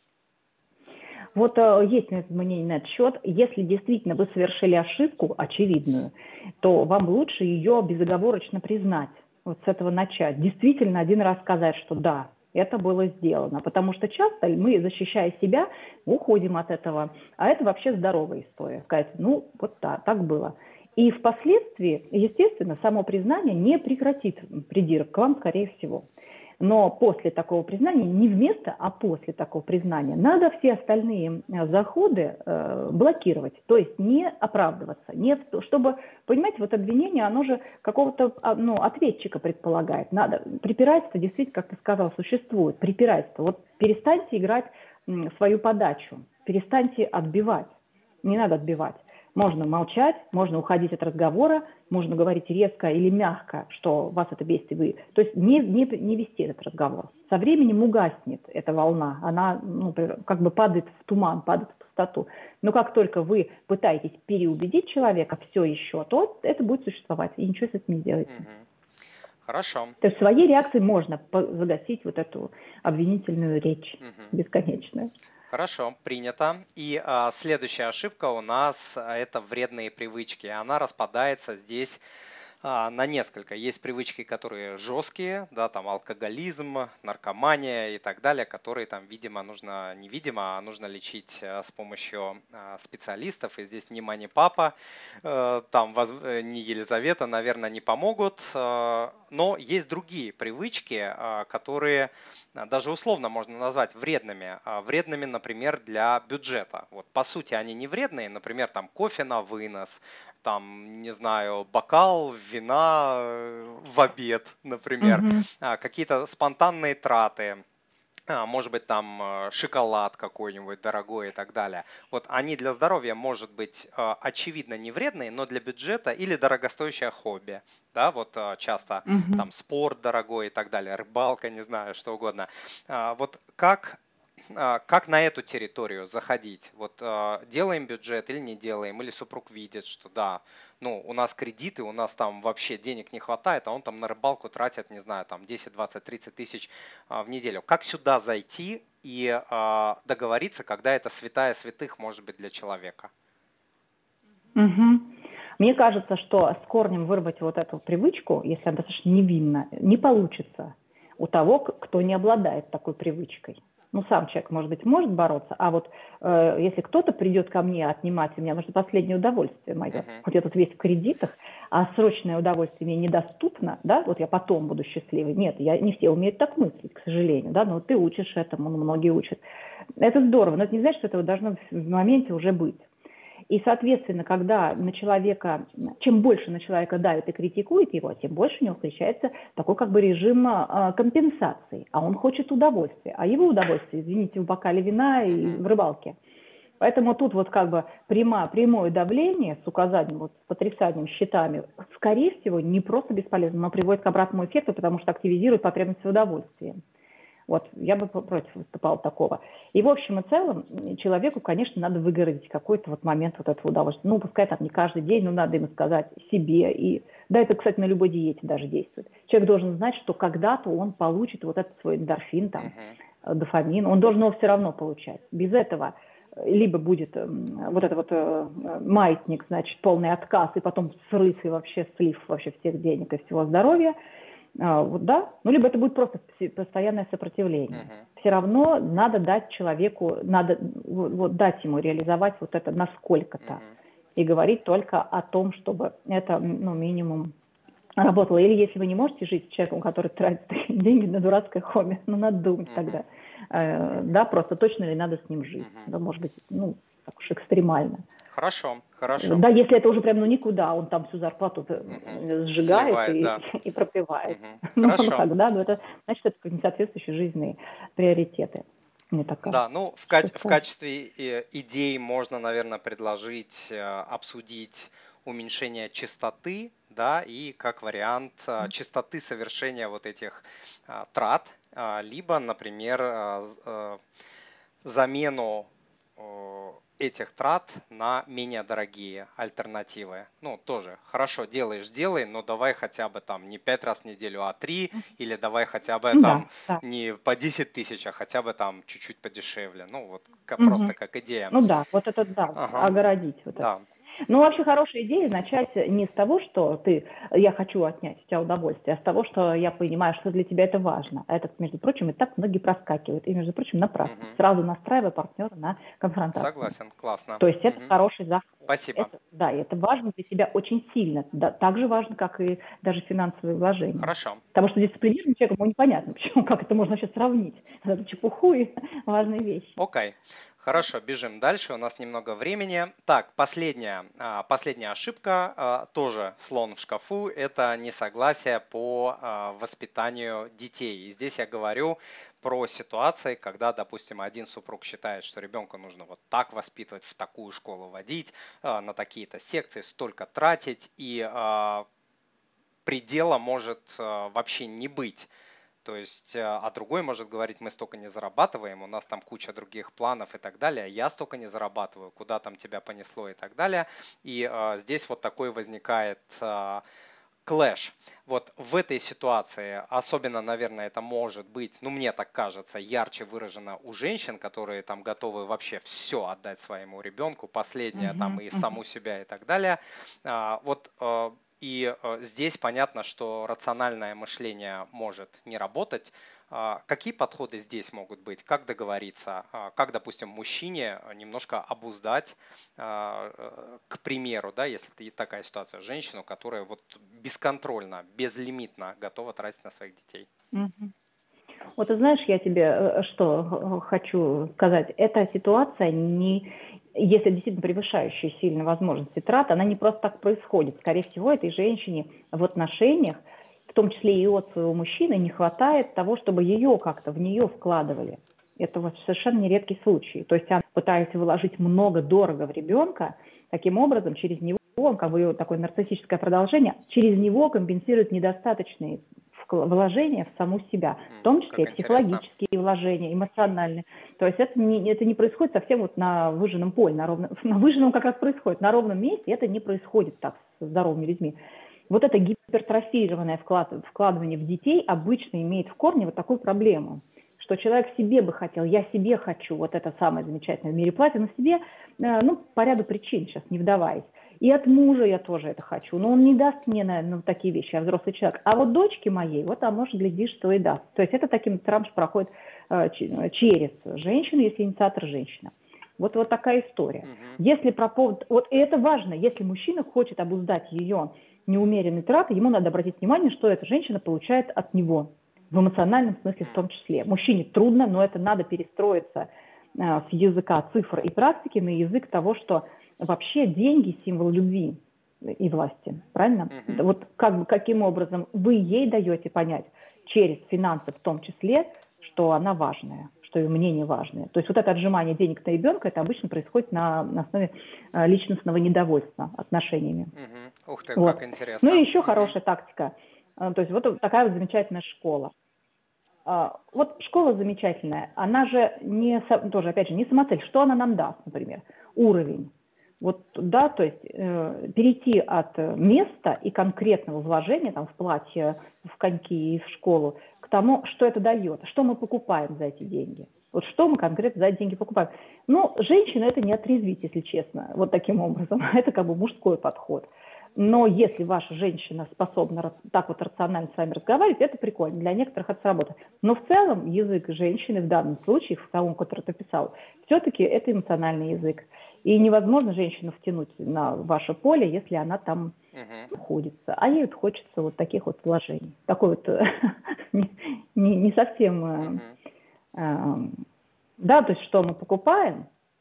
[SPEAKER 2] Вот э, есть у мнение на этот счет. Если действительно вы совершили ошибку очевидную, то вам лучше ее безоговорочно признать. Вот с этого начать. Действительно один раз сказать, что да, это было сделано. Потому что часто мы, защищая себя, уходим от этого. А это вообще здоровая история. Сказать, ну, вот так, так было. И впоследствии, естественно, само признание не прекратит придирок к вам, скорее всего. Но после такого признания, не вместо, а после такого признания, надо все остальные заходы э, блокировать, то есть не оправдываться, не, чтобы, понимаете, вот обвинение, оно же какого-то ну, ответчика предполагает. Надо, препирательство действительно, как ты сказал, существует, препирательство. Вот перестаньте играть м, свою подачу, перестаньте отбивать, не надо отбивать. Можно молчать, можно уходить от разговора, можно говорить резко или мягко, что вас это бесит, и вы... То есть не, не, не вести этот разговор. Со временем угаснет эта волна, она ну, как бы падает в туман, падает в пустоту. Но как только вы пытаетесь переубедить человека все еще, то это будет существовать, и ничего с этим не делаете.
[SPEAKER 1] Хорошо.
[SPEAKER 2] То есть своей реакцией можно загасить вот эту обвинительную речь угу. бесконечную.
[SPEAKER 1] Хорошо, принято. И а, следующая ошибка у нас а, это вредные привычки. Она распадается здесь а, на несколько. Есть привычки, которые жесткие, да, там алкоголизм, наркомания и так далее, которые там, видимо, нужно, невидимо, а нужно лечить а, с помощью а, специалистов. И здесь ни мани папа, а, там воз, ни Елизавета, наверное, не помогут. А, но есть другие привычки, а, которые даже условно можно назвать вредными. Вредными, например, для бюджета. Вот, по сути, они не вредные. Например, там кофе на вынос, там, не знаю, бокал вина в обед, например. Mm-hmm. Какие-то спонтанные траты. Может быть, там шоколад какой-нибудь дорогой и так далее. Вот они для здоровья, может быть, очевидно не вредные, но для бюджета или дорогостоящее хобби. Да, вот часто mm-hmm. там спорт дорогой и так далее, рыбалка, не знаю, что угодно. Вот как, как на эту территорию заходить? Вот делаем бюджет или не делаем? Или супруг видит, что да, ну, у нас кредиты, у нас там вообще денег не хватает, а он там на рыбалку тратит, не знаю, там десять, двадцать, тридцать тысяч а, в неделю. Как сюда зайти и а, договориться, когда это святая святых может быть для человека?
[SPEAKER 2] Угу. Мне кажется, что с корнем вырвать вот эту привычку, если она достаточно невинна, не получится у того, кто не обладает такой привычкой. Ну, сам человек, может быть, может бороться, а вот э, если кто-то придет ко мне отнимать у меня, потому что последнее удовольствие мое, uh-huh. вот я тут весь в кредитах, а срочное удовольствие мне недоступно, да, вот я потом буду счастливой. Нет, я, не все умеют так мыслить, к сожалению, да, но ты учишь этому, ну, многие учат. Это здорово, но это не значит, что этого должно в моменте уже быть. И, соответственно, когда на человека, чем больше на человека давит и критикует его, тем больше у него включается такой как бы режим э, компенсации. А он хочет удовольствия. А его удовольствие, извините, в бокале вина и в рыбалке. Поэтому тут вот как бы прямо, прямое давление с указанием, вот, с потрясанием, счетами, скорее всего, не просто бесполезно, но приводит к обратному эффекту, потому что активизирует потребность в удовольствии. Вот, я бы против выступала такого. И в общем и целом человеку, конечно, надо выгородить какой-то вот момент вот этого удовольствия. Ну, пускай там не каждый день, но надо ему сказать себе. И, да, это, кстати, на любой диете даже действует. Человек должен знать, что когда-то он получит вот этот свой эндорфин, там, uh-huh. дофамин, он должен его все равно получать. Без этого либо будет вот этот вот маятник, значит, полный отказ, и потом срыв и вообще слив вообще всех денег и всего здоровья, вот, да, ну, либо это будет просто постоянное сопротивление. Uh-huh. Все равно надо дать человеку, надо вот, дать ему реализовать вот это насколько-то uh-huh. и говорить только о том, чтобы это, ну, минимум работало. Или если вы не можете жить с человеком, который тратит деньги на дурацкое хобби, ну, надо думать uh-huh. тогда, э, да, просто точно ли надо с ним жить, uh-huh. да, может быть, ну, так уж экстремально.
[SPEAKER 1] Хорошо, хорошо.
[SPEAKER 2] Да, если это уже прям ну никуда, он там всю зарплату uh-huh. сжигает Сливает, и,
[SPEAKER 1] да.
[SPEAKER 2] и пропивает.
[SPEAKER 1] Uh-huh.
[SPEAKER 2] Ну,
[SPEAKER 1] Хорошо.
[SPEAKER 2] так, да, но это значит, это несоответствующие жизненные приоритеты. Мне так кажется.
[SPEAKER 1] Да, ну в, ка- в качестве идей можно, наверное, предложить обсудить уменьшение частоты, да, и как вариант uh-huh. частоты совершения вот этих а, трат, а, либо, например, а, а, замену этих трат на менее дорогие альтернативы. Ну, тоже хорошо, делаешь, делай, но давай хотя бы там не пять раз в неделю, а три, или давай хотя бы там
[SPEAKER 2] да, да.
[SPEAKER 1] не по десять тысяч, а хотя бы там чуть-чуть подешевле. Ну, вот как,
[SPEAKER 2] угу.
[SPEAKER 1] просто как идея.
[SPEAKER 2] Ну да, вот это да,
[SPEAKER 1] ага.
[SPEAKER 2] огородить вот
[SPEAKER 1] да.
[SPEAKER 2] это. Ну, вообще хорошая идея начать не с того, что ты, я хочу отнять у тебя удовольствие, а с того, что я понимаю, что для тебя это важно. А это, между прочим, и так многие проскакивают. И, между прочим, напрасно.
[SPEAKER 1] Мгм.
[SPEAKER 2] Сразу настраивая партнера на конфронтацию.
[SPEAKER 1] Согласен, классно.
[SPEAKER 2] То есть это
[SPEAKER 1] Мгм.
[SPEAKER 2] хороший заход.
[SPEAKER 1] Спасибо.
[SPEAKER 2] Это, да, и это важно для тебя очень сильно. Да, так же важно, как и даже финансовые вложения.
[SPEAKER 1] Хорошо.
[SPEAKER 2] Потому что дисциплинированным человеком, ему непонятно, почему, как это можно вообще сравнить. Это чепуху и важные вещи.
[SPEAKER 1] Окей, хорошо, бежим дальше, у нас немного времени. Так, последняя, а, последняя ошибка, а, тоже слон в шкафу, это несогласие по а, воспитанию детей. И здесь я говорю про ситуации, когда, допустим, один супруг считает, что ребенка нужно вот так воспитывать, в такую школу водить, а, на такие-то секции столько тратить, и а, предела может а, вообще не быть. То есть, э, а другой может говорить, мы столько не зарабатываем, у нас там куча других планов и так далее, я столько не зарабатываю, куда там тебя понесло и так далее. И э, здесь вот такой возникает э, клэш. Вот в этой ситуации, особенно, наверное, это может быть, ну мне так кажется, ярче выражено у женщин, которые там готовы вообще все отдать своему ребенку, последнее там
[SPEAKER 2] Мгм,
[SPEAKER 1] и
[SPEAKER 2] мгм.
[SPEAKER 1] саму себя и так далее. А, Вот э, и э, здесь понятно, что рациональное мышление может не работать. А, Какие подходы здесь могут быть? Как договориться? А, Как, допустим, мужчине немножко обуздать, а, э, к примеру, да, если ты такая ситуация, женщину, которая вот бесконтрольно, безлимитно готова тратить на своих детей?
[SPEAKER 2] Мгм. Вот ты знаешь, я тебе э, что э, хочу сказать. Эта ситуация, не, если действительно превышающая сильно возможности трат, она не просто так происходит. Скорее всего, этой женщине в отношениях, в том числе и от своего мужчины, не хватает того, чтобы ее как-то в нее вкладывали. Это вот совершенно нередкий случай. То есть она пытается вложить много, дорого в ребенка, таким образом через него, как бы такое нарциссическое продолжение, через него компенсирует недостаточные вложения в саму себя, в том числе
[SPEAKER 1] Как
[SPEAKER 2] и
[SPEAKER 1] интересно.
[SPEAKER 2] психологические вложения, эмоциональные. То есть это не, это не происходит совсем вот на выжженном поле, на, ровном, на выжженном как раз происходит, на ровном месте это не происходит так с здоровыми людьми. Вот это гипертрофированное вклад, вкладывание в детей обычно имеет в корне вот такую проблему, что человек себе бы хотел, я себе хочу, вот это самое замечательное в мире платье, но себе, ну, по ряду причин, сейчас не вдаваясь. И от мужа я тоже это хочу, но он не даст мне, наверное, такие вещи, я взрослый человек. А вот дочке моей, вот а может, глядишь, что и даст. То есть это таким трамш проходит э, через женщину, если инициатор женщина. Вот, вот такая история.
[SPEAKER 1] Мгм.
[SPEAKER 2] Если про повод, вот и это важно, если мужчина хочет обуздать ее неумеренные траты, ему надо обратить внимание, что эта женщина получает от него, в эмоциональном смысле в том числе. Мужчине трудно, но это надо перестроиться э, с языка цифр и практики на язык того, что вообще деньги – символ любви и власти, правильно?
[SPEAKER 1] Мгм.
[SPEAKER 2] Вот как, каким образом вы ей даете понять, через финансы в том числе, что она важная, что ее мнение важное. То есть вот это отжимание денег на ребенка, это обычно происходит на, на основе э, личностного недовольства отношениями.
[SPEAKER 1] Мгм. Ух ты,
[SPEAKER 2] Вот.
[SPEAKER 1] как
[SPEAKER 2] Ну и
[SPEAKER 1] интересно.
[SPEAKER 2] еще
[SPEAKER 1] Мгм.
[SPEAKER 2] хорошая тактика. Э, То есть вот такая вот замечательная школа. А, Вот школа замечательная, она же не, со- тоже, опять же, не самоцель. Что она нам даст, например? Уровень. Вот, да, то есть э, перейти от э, места и конкретного вложения там, в платье, в коньки и в школу к тому, что это дает, что мы покупаем за эти деньги. Вот что мы конкретно за эти деньги покупаем. Ну, женщину это не отрезвить, если честно, вот таким образом. Это как бы мужской подход. Но если ваша женщина способна так вот рационально с вами разговаривать, это прикольно. Для некоторых это сработает. Но в целом язык женщины в данном случае, в том, который ты писал, все-таки это эмоциональный язык. И невозможно женщину втянуть на ваше поле, если она там
[SPEAKER 1] Мгм.
[SPEAKER 2] находится. А ей вот хочется вот таких вот вложений. Такой вот не, не, не совсем... э,
[SPEAKER 1] Мгм.
[SPEAKER 2] э, Да, то есть что мы покупаем,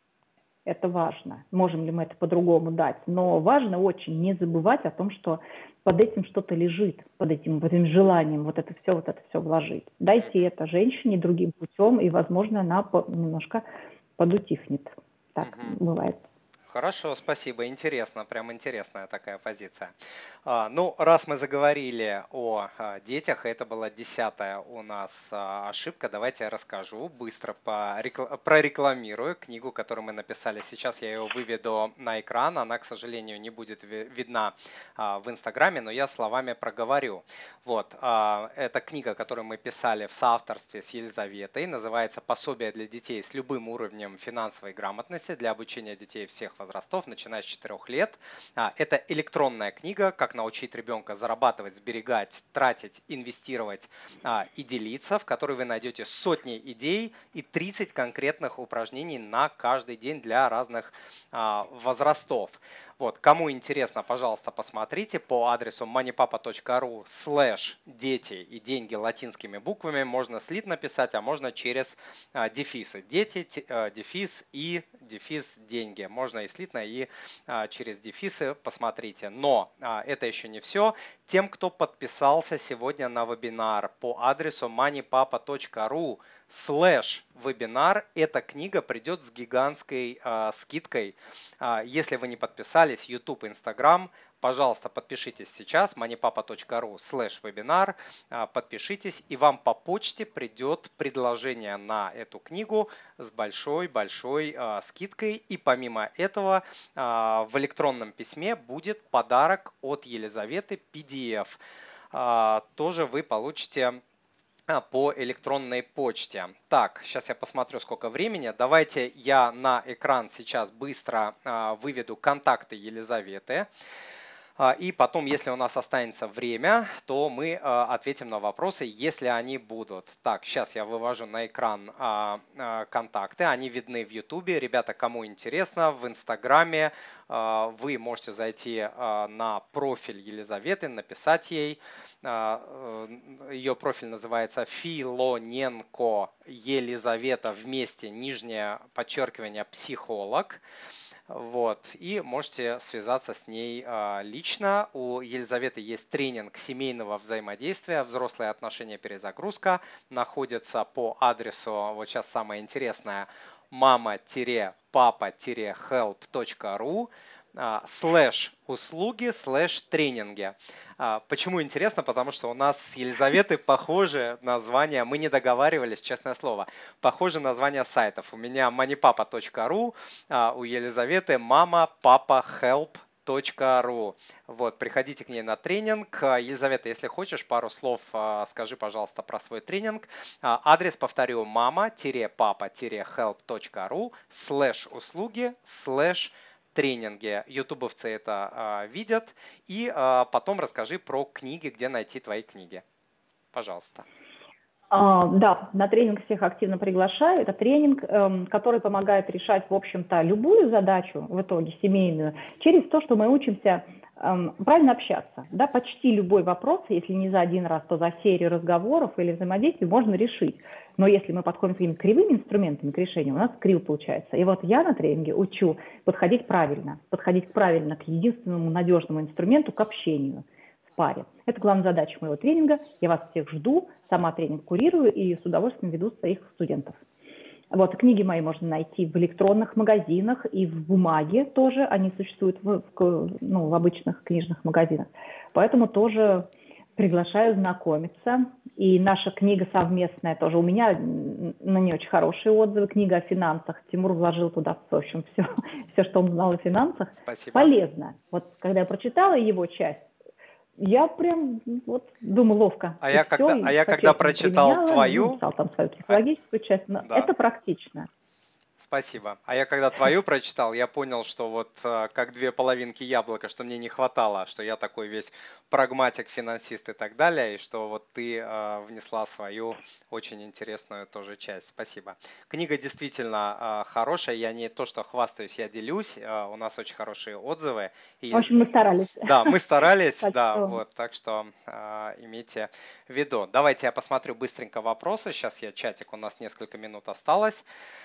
[SPEAKER 2] это важно. Можем ли мы это по-другому дать? Но важно очень не забывать о том, что под этим что-то лежит, под этим, под этим желанием вот это все, вот это все вложить. Дайте
[SPEAKER 1] Мгм.
[SPEAKER 2] это женщине другим путем, и, возможно, она по- немножко подутихнет. Так
[SPEAKER 1] Мгм.
[SPEAKER 2] бывает.
[SPEAKER 1] Хорошо, спасибо. Интересно, прям интересная такая позиция. А, Ну, раз мы заговорили о а, детях, это была десятая у нас а, ошибка, давайте я расскажу, быстро порекла- прорекламирую книгу, которую мы написали. Сейчас я ее выведу на экран, она, к сожалению, не будет ви- видна а, в Инстаграме, но я словами проговорю. Вот, а, это книга, которую мы писали в соавторстве с Елизаветой, называется «Пособие для детей с любым уровнем финансовой грамотности для обучения детей всех всех возрастов, начиная с четырёх лет. Это электронная книга «Как научить ребенка зарабатывать, сберегать, тратить, инвестировать и делиться», в которой вы найдете сотни идей и тридцать конкретных упражнений на каждый день для разных возрастов. Вот, кому интересно, пожалуйста, посмотрите по адресу moneypapa.ru слэш дети и деньги латинскими буквами. Можно слит написать, а можно через а, дефисы. Дети, те, а, дефис и дефис деньги. Можно и слитно, и а, через дефисы посмотрите. Но а, это еще не все. Тем, кто подписался сегодня на вебинар по адресу moneypapa.ru слэш вебинар, эта книга придет с гигантской а, скидкой. А, если вы не подписались, YouTube, Instagram, пожалуйста, подпишитесь сейчас, moneypapa.ru слэш вебинар, подпишитесь, и вам по почте придет предложение на эту книгу с большой-большой а, скидкой. И помимо этого а, в электронном письме будет подарок от Елизаветы пи ди эф. А, тоже вы получите по электронной почте. Так, сейчас я посмотрю, сколько времени. Давайте я на экран сейчас быстро а, выведу контакты Елизаветы. И потом, если у нас останется время, то мы ответим на вопросы, если они будут. Так, сейчас я вывожу на экран контакты. Они видны в YouTube. Ребята, кому интересно, в Инстаграме вы можете зайти на профиль Елизаветы, написать ей. Ее профиль называется Филоненко Елизавета вместе, нижнее подчеркивание, психолог. Вот, и можете связаться с ней а, лично. У Елизаветы есть тренинг семейного взаимодействия, взрослые отношения, перезагрузка. Находится по адресу, вот сейчас самое интересное, mama-papa-help.ru слэш услуги, слэш тренинги. Почему интересно? Потому что у нас с Елизаветой похожи названия, мы не договаривались, честное слово, похожи названия сайтов. У меня moneypapa.ru, у Елизаветы mama-papa-help.ru. Вот, приходите к ней на тренинг. Елизавета, если хочешь, пару слов скажи, пожалуйста, про свой тренинг. Адрес, повторю, mama-papa-help.ru слэш услуги, слэш тренинги. Ютубовцы это а, видят. И а, потом расскажи про книги, где найти твои книги. Пожалуйста.
[SPEAKER 2] А, да, на тренинг всех активно приглашаю. Это тренинг, эм, который помогает решать, в общем-то, любую задачу, в итоге семейную, через то, что мы учимся эм, правильно общаться. Да, почти любой вопрос, если не за один раз, то за серию разговоров или взаимодействий можно решить. Но если мы подходим к каким-то кривыми инструментами к решению, у нас криво получается. И вот я на тренинге учу подходить правильно, подходить правильно к единственному надежному инструменту, к общению в паре. Это главная задача моего тренинга. Я вас всех жду, сама тренинг курирую и с удовольствием веду своих студентов. Вот, книги мои можно найти в электронных магазинах и в бумаге тоже. Они существуют в, в, ну, в обычных книжных магазинах. Поэтому тоже приглашаю знакомиться. И наша книга совместная тоже. У меня на нее очень хорошие отзывы. Книга о финансах. Тимур вложил туда, в общем, все, все, что он знал о финансах.
[SPEAKER 1] Спасибо.
[SPEAKER 2] Полезно. Вот когда я прочитала его часть, я прям вот думаю ловко.
[SPEAKER 1] А я
[SPEAKER 2] все,
[SPEAKER 1] когда, а я когда прочитал твою...
[SPEAKER 2] Написал там свою психологическую часть. Но
[SPEAKER 1] да.
[SPEAKER 2] Это практично.
[SPEAKER 1] Спасибо. А я когда твою прочитал, я понял, что вот как две половинки яблока, что мне не хватало, что я такой весь прагматик, финансист и так далее, и что вот ты внесла свою очень интересную тоже часть. Спасибо. Книга действительно хорошая, я не то, что хвастаюсь, я делюсь, у нас очень хорошие отзывы.
[SPEAKER 2] И... В общем, мы старались.
[SPEAKER 1] Да, мы старались, да, вот, так что имейте в виду. Давайте я посмотрю быстренько вопросы, сейчас я чатик, у нас несколько минут осталось.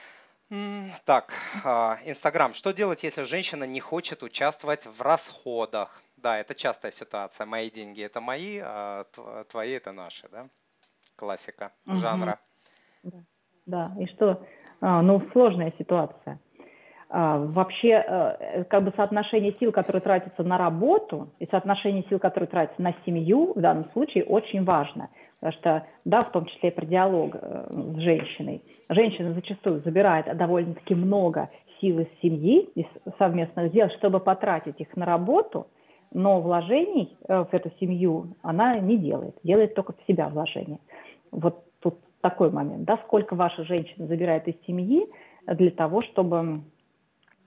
[SPEAKER 1] Так, Инстаграм. Что делать, если женщина не хочет участвовать в расходах? Да, это частая ситуация. Мои деньги – это мои, а твои – это наши, да? Классика угу. жанра.
[SPEAKER 2] Да. да, и что? А, ну, сложная ситуация. А, вообще, как бы соотношение сил, которые тратятся на работу, и соотношение сил, которые тратятся на семью, в данном случае очень важно. Потому что, да, в том числе и про диалог с женщиной. Женщина зачастую забирает довольно-таки много сил из семьи, из совместных дел, чтобы потратить их на работу, но вложений в эту семью она не делает, делает только в себя вложения. Вот тут такой момент, да, сколько ваша женщина забирает из семьи для того, чтобы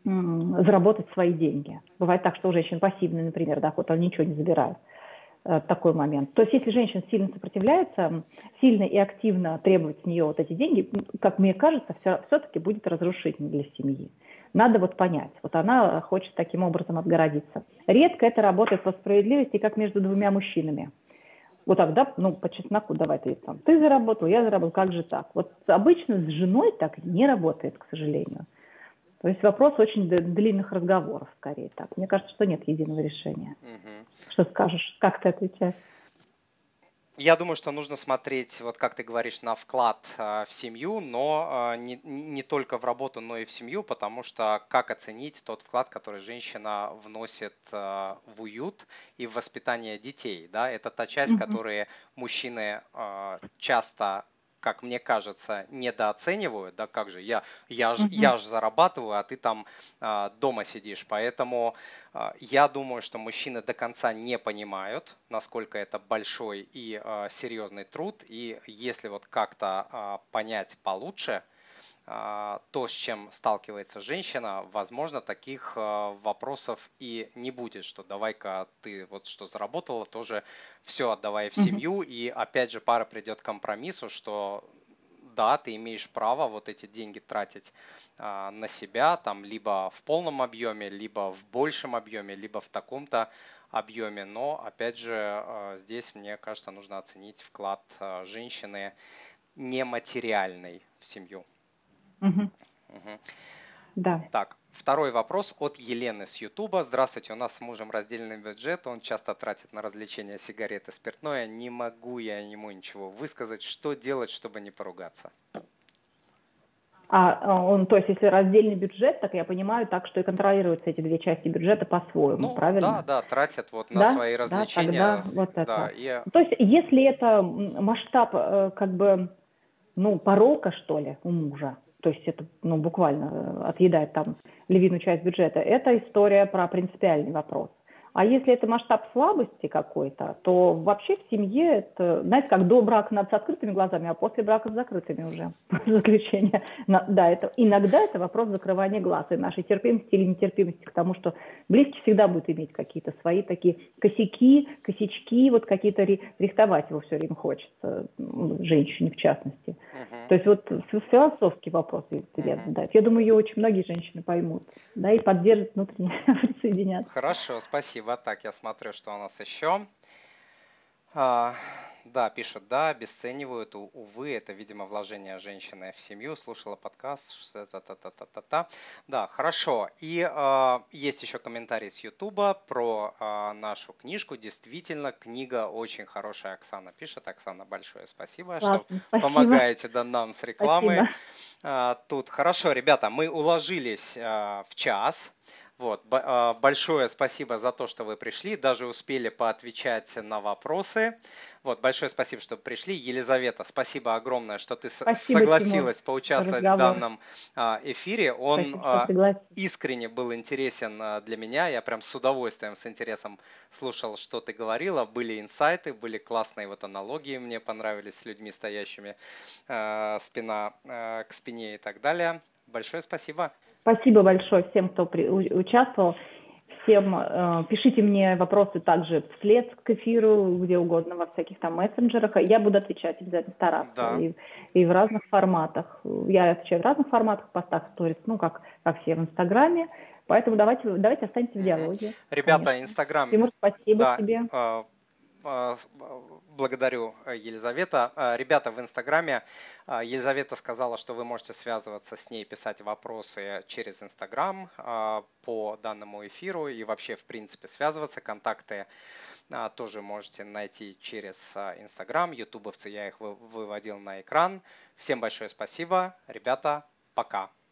[SPEAKER 2] заработать свои деньги. Бывает так, что у женщин пассивный, например, доход, он ничего не забирает. Такой момент. То есть если женщина сильно сопротивляется, сильно и активно требовать с нее вот эти деньги, как мне кажется, все, все-таки будет разрушительно для семьи. Надо вот понять, вот она хочет таким образом отгородиться. Редко это работает по справедливости, как между двумя мужчинами. Вот тогда, ну, по чесноку давай ты там, ты заработал, я заработал, как же так? Вот обычно с женой так не работает, к сожалению. То есть вопрос очень длинных разговоров, скорее так. Мне кажется, что нет единого решения. Угу. Что скажешь? Как ты отвечаешь?
[SPEAKER 1] Я думаю, что нужно смотреть, вот как ты говоришь, на вклад э, в семью, но э, не, не только в работу, но и в семью, потому что как оценить тот вклад, который женщина вносит э, в уют и в воспитание детей, да? Это та часть,
[SPEAKER 2] Мгм.
[SPEAKER 1] которую мужчины э, часто, как мне кажется, недооценивают, да, как же, я, я, ж,
[SPEAKER 2] Мгм.
[SPEAKER 1] я ж зарабатываю, а ты там э, дома сидишь, поэтому э, я думаю, что мужчины до конца не понимают, насколько это большой и э, серьезный труд, и если вот как-то э, понять получше, э, то, с чем сталкивается женщина, возможно, таких э, вопросов и не будет, что давай-ка ты вот что заработала, тоже все отдавай в
[SPEAKER 2] Мгм.
[SPEAKER 1] семью, и опять же пара придет к компромиссу, что да, ты имеешь право вот эти деньги тратить а, на себя, там либо в полном объеме, либо в большем объеме, либо в таком-то объеме. Но опять же, а, здесь, мне кажется, нужно оценить вклад а, женщины нематериальный в семью.
[SPEAKER 2] Мгм.
[SPEAKER 1] Угу.
[SPEAKER 2] Да.
[SPEAKER 1] Так, второй вопрос от Елены с Ютуба. Здравствуйте, у нас с мужем раздельный бюджет, он часто тратит на развлечения, сигареты, спиртное. Не могу я ему ничего высказать. Что делать, чтобы не поругаться?
[SPEAKER 2] А он, то есть, если раздельный бюджет, так я понимаю, так что и контролируются эти две части бюджета по-своему,
[SPEAKER 1] Ну, да,
[SPEAKER 2] правильно?
[SPEAKER 1] да, тратят вот на
[SPEAKER 2] Да,
[SPEAKER 1] свои
[SPEAKER 2] да, тогда
[SPEAKER 1] развлечения,
[SPEAKER 2] вот
[SPEAKER 1] да,
[SPEAKER 2] это.
[SPEAKER 1] и
[SPEAKER 2] То есть, если это масштаб, э, как бы, ну, порока, что ли, у мужа, то есть это, ну, буквально э, отъедает там львиную часть бюджета, это история про принципиальный вопрос. А если это масштаб слабости какой-то, то вообще в семье это, знаете, как до брака надо с открытыми глазами, а после брака с закрытыми уже заключение. Да, это иногда это вопрос закрывания глаз и нашей терпимости или нетерпимости к тому, что близкий всегда будет иметь какие-то свои такие косяки, косячки, вот какие-то рихтовать его все время хочется, женщине в частности.
[SPEAKER 1] Угу.
[SPEAKER 2] То есть вот философский вопрос тебе
[SPEAKER 1] Угу.
[SPEAKER 2] задать. Я думаю, ее очень многие женщины поймут, да, и поддержат внутренне присоединятся.
[SPEAKER 1] Хорошо, спасибо. Так, я смотрю, что у нас еще. А, да, пишут, да, обесценивают, у- увы, это, видимо, вложение женщины в семью, слушала подкаст, та-та-та-та-та-та. Да, хорошо. И а, есть еще комментарий с Ютуба про а, нашу книжку. Действительно, книга очень хорошая, Оксана пишет. Оксана, большое спасибо, что
[SPEAKER 2] Классно, спасибо.
[SPEAKER 1] помогаете да, нам с рекламой.
[SPEAKER 2] Спасибо.
[SPEAKER 1] А, тут хорошо, ребята, мы уложились а, в час. Вот, б- а, большое спасибо за то, что вы пришли, даже успели поотвечать на вопросы. Вот, большое спасибо, что пришли. Елизавета, спасибо огромное, что ты с-
[SPEAKER 2] Спасибо, Тимур,
[SPEAKER 1] согласилась
[SPEAKER 2] за
[SPEAKER 1] поучаствовать в
[SPEAKER 2] разговор.
[SPEAKER 1] данном а, эфире. Он
[SPEAKER 2] Спасибо, что
[SPEAKER 1] а,
[SPEAKER 2] пригласил.
[SPEAKER 1] искренне был интересен а, для меня. Я прям с удовольствием, с интересом слушал, что ты говорила. Были инсайты, были классные вот аналогии, мне понравились с людьми, стоящими а, спина а, к спине и так далее. Большое спасибо.
[SPEAKER 2] Спасибо большое всем, кто при, у, участвовал. Всем э, пишите мне вопросы также вслед к эфиру, где угодно, во всяких там мессенджерах. Я буду отвечать, обязательно стараться.
[SPEAKER 1] Да.
[SPEAKER 2] И, и в разных форматах. Я отвечаю в разных форматах, постах, сторис, ну, как, как все в Инстаграме. Поэтому давайте, давайте останемся в диалоге.
[SPEAKER 1] Ребята,
[SPEAKER 2] Конечно.
[SPEAKER 1] Инстаграм,
[SPEAKER 2] Тимур, спасибо
[SPEAKER 1] да,
[SPEAKER 2] тебе.
[SPEAKER 1] а, а, с- а, благодарю, э, Елизавета. А, Ребята, в Инстаграме а, Елизавета сказала, что вы можете связываться с ней, писать вопросы через Инстаграм а, по данному эфиру и вообще, в принципе, связываться. Контакты а, тоже можете найти через а, Инстаграм. Ютубовцы, я их вы- выводил на экран. Всем большое спасибо. Ребята, пока.